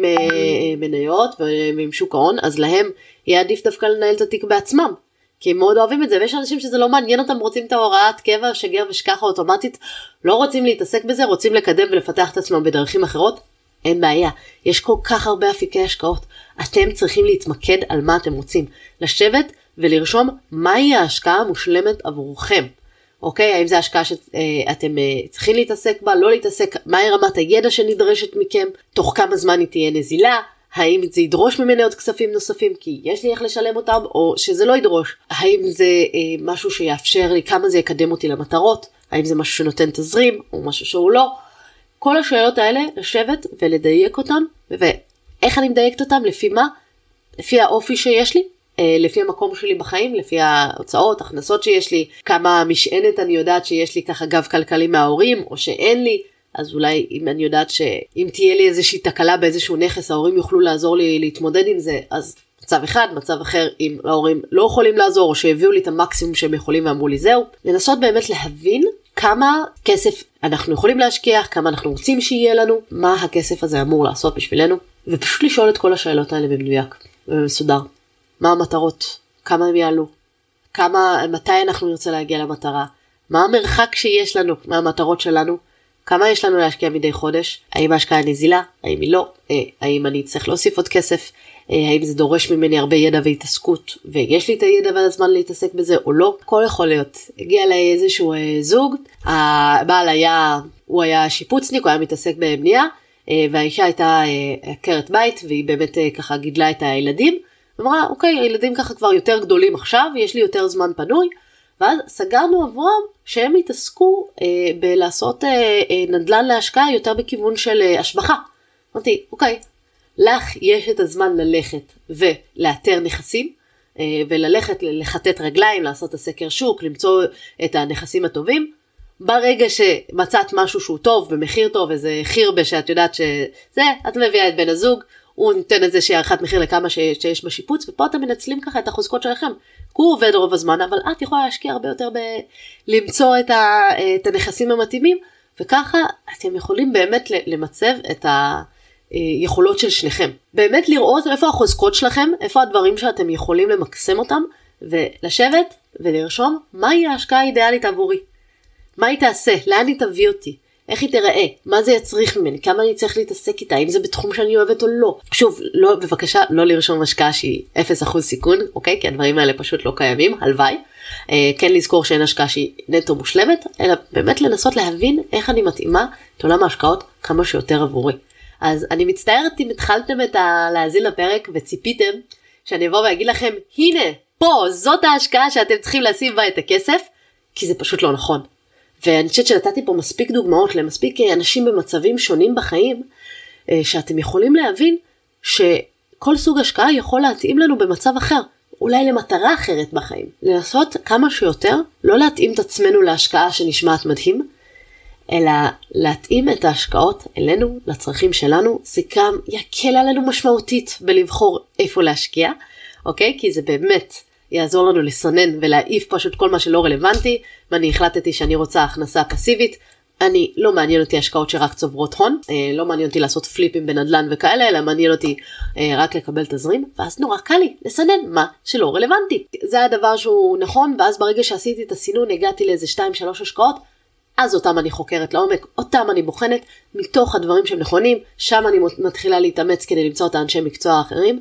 מניות ועם שוק ההון, אז להם יהיה עדיף דווקא לנהל את התיק בעצמם, כי הם מאוד אוהבים את זה, ויש אנשים שזה לא מעניין אותם, רוצים את ההוראת קבע, שגר ושכחה אוטומטית, לא רוצים להתעסק בזה, רוצים לקדם ולפתח את עצמם בדרכים אחרות, אין בעיה, יש כל כך הרבה אפיקי השקעות, אתם צריכים להתמקד על מה אתם רוצים, לשבת ולרשום מהי ההשקעה המושלמת עבורכם, אוקיי, האם זה השקעה שאתם צריכים להתעסק בה, לא להתעסק, מהי רמת הידע שנדרשת מכם, תוך כמה זמן היא תהיה נזילה, האם זה ידרוש ממני עוד כספים נוספים, כי יש לי איך לשלם אותם, או שזה לא ידרוש. האם זה אה, משהו שיאפשר לי, כמה זה יקדם אותי למטרות, האם זה משהו שנותן תזרים, או משהו שהוא לא. כל השאלות האלה, לשבת ולדייק אותם, ואיך אני מדייקת אותם, לפי מה? לפי האופי שיש לי, אה, לפי המקום שלי בחיים, לפי ההוצאות, הכנסות שיש לי, כמה משענת אני יודעת שיש לי ככה גב כלכלי מההורים, או שאין לי, אז אולי אם אני יודעת שאם תהיה לי איזושהי תקלה באיזשהו נכס, ההורים יוכלו לעזור לי להתמודד עם זה, אז מצב אחד, מצב אחר, אם ההורים לא יכולים לעזור, או שהביאו לי את המקסימום שהם יכולים ואמרו לי זהו, לנסות באמת להבין כמה כסף אנחנו יכולים להשקיע, כמה אנחנו רוצים שיהיה לנו, מה הכסף הזה אמור לעשות בשבילנו, ופשוט לשאול את כל השאלות האלה במדויק ובמסודר. מה המטרות? כמה הם יעלו? כמה, מתי אנחנו נרצה להגיע למטרה? מה המרחק שיש לנו מהמטרות שלנו? כמה יש לנו להשקיע מדי חודש? האם ההשקעה נזילה? האם היא לא? האם אני צריך להוסיף עוד כסף? האם זה דורש ממני הרבה ידע והתעסקות, ויש לי את הידע והזמן להתעסק בזה או לא? הכל יכול להיות. הגיע אליי איזשהו זוג, הבעל היה, הוא היה שיפוצניק, הוא היה מתעסק בבנייה, והאישה הייתה עקרת בית, והיא באמת ככה גידלה את הילדים, ואמרה, אוקיי, הילדים ככה כבר יותר גדולים עכשיו, יש לי יותר זמן פנוי, ואז סגרנו עבורם שהם התעסקו אה, בלעשות אה, אה, נדל"ן להשקעה יותר בכיוון של אה, השבחה. אמרתי, אוקיי, לך יש את הזמן ללכת ולאתר נכסים, אה, וללכת לחטט רגליים, לעשות את הסקר שוק, למצוא את הנכסים הטובים. ברגע שמצאת משהו שהוא טוב, במחיר טוב, איזה חיר שאת יודעת שזה, את מביאה את בן הזוג, הוא נותן איזושהי הערכת מחיר לכמה שיש בשיפוץ, ופה אתם מנצלים ככה את החוזקות שלכם. הוא עובד רוב הזמן, אבל את יכולה להשקיע הרבה יותר בלמצוא את, ה, את הנכסים המתאימים, וככה אתם יכולים באמת למצב את היכולות של שניכם. באמת לראות איפה החוזקות שלכם, איפה הדברים שאתם יכולים למקסם אותם, ולשבת ולרשום מהי ההשקעה האידיאלית עבורי. מה היא תעשה? לאן היא תביא אותי? איך היא תראה, מה זה יצריך ממני, כמה אני צריך להתעסק איתה, אם זה בתחום שאני אוהבת או לא. שוב, לא, בבקשה, לא לרשום השקעה שהיא אפס אחוז סיכון, אוקיי? כי הדברים האלה פשוט לא קיימים, הלוואי. אה, כן לזכור שאין השקעה שהיא נטו מושלמת, אלא באמת לנסות להבין איך אני מתאימה את עולם ההשקעות כמה שיותר עבורי. אז אני מצטערת אם התחלתם את ה... להאזין לפרק וציפיתם שאני אבוא ואגיד לכם, הנה, פה, זאת ההשקעה שאתם צריכים לשים בה את הכסף, כי זה פשוט לא נכון. ואני חושבת שנתתי פה מספיק דוגמאות למספיק אנשים במצבים שונים בחיים, שאתם יכולים להבין שכל סוג השקעה יכול להתאים לנו במצב אחר, אולי למטרה אחרת בחיים. לנסות כמה שיותר, לא להתאים את עצמנו להשקעה שנשמעת מדהים, אלא להתאים את ההשקעות אלינו, לצרכים שלנו, זה גם יקל עלינו משמעותית בלבחור איפה להשקיע, אוקיי? כי זה באמת יעזור לנו לסנן ולהעיף פשוט כל מה שלא רלוונטי. ואני החלטתי שאני רוצה הכנסה פסיבית, אני לא מעניין אותי השקעות שרק צוברות הון, לא מעניין אותי לעשות פליפים בנדלן וכאלה, אלא מעניין אותי רק לקבל תזרים, ואז נורא קל לי לסנן מה שלא רלוונטי. זה הדבר שהוא נכון, ואז ברגע שעשיתי את הסינון הגעתי לאיזה שתיים שלוש השקעות, אז אותם אני חוקרת לעומק, אותם אני בוחנת מתוך הדברים שהם נכונים, שם אני מתחילה להתאמץ כדי למצוא את האנשי מקצוע האחרים,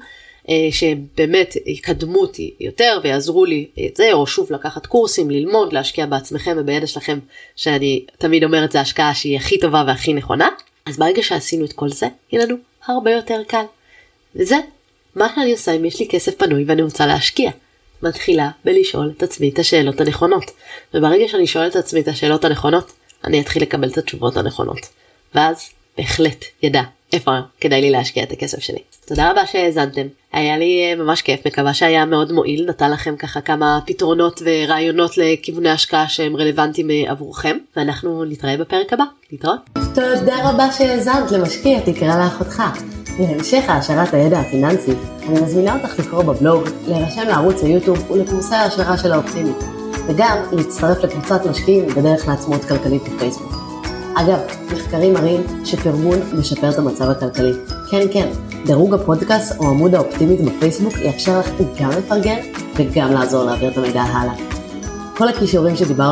שבאמת יקדמו אותי יותר ויעזרו לי את זה, או שוב לקחת קורסים, ללמוד, להשקיע בעצמכם ובידע שלכם, שאני תמיד אומרת זה השקעה שהיא הכי טובה והכי נכונה. אז ברגע שעשינו את כל זה, יהיה לנו הרבה יותר קל. וזה מה שאני עושה אם יש לי כסף פנוי ואני רוצה להשקיע. מתחילה בלשאול את עצמי את השאלות הנכונות. וברגע שאני שואל את עצמי את השאלות הנכונות, אני אתחיל לקבל את התשובות הנכונות. ואז בהחלט ידע איפה כדאי לי להשקיע את הכסף שלי. תודה רבה שהאזנתם. היה לי ממש כיף, מקווה שהיה מאוד מועיל, נתן לכם ככה כמה פתרונות ורעיונות לכיווני השקעה שהם רלוונטיים עבורכם, ואנחנו נתראה בפרק הבא. להתראות. תודה רבה שהאזנת למשקיע תקרא לאחותך. להמשך העשרת הידע הפיננסי, אני מזמינה אותך לקרוא בבלוג, להירשם לערוץ היוטיוב ולקורסי ההשערה של האופטימית, וגם להצטרף לקבוצת משקיעים בדרך לעצמאות כלכלית בפייסבוק. אגב, מחקרים מראים שפרגון משפר את המצב הכלכלי. כן, כן, דירוג הפודקאסט או עמוד האופטימית בפייסבוק יאפשר לך גם לפרגן וגם לעזור להעביר את המידע הלאה. כל הכישורים שדיברנו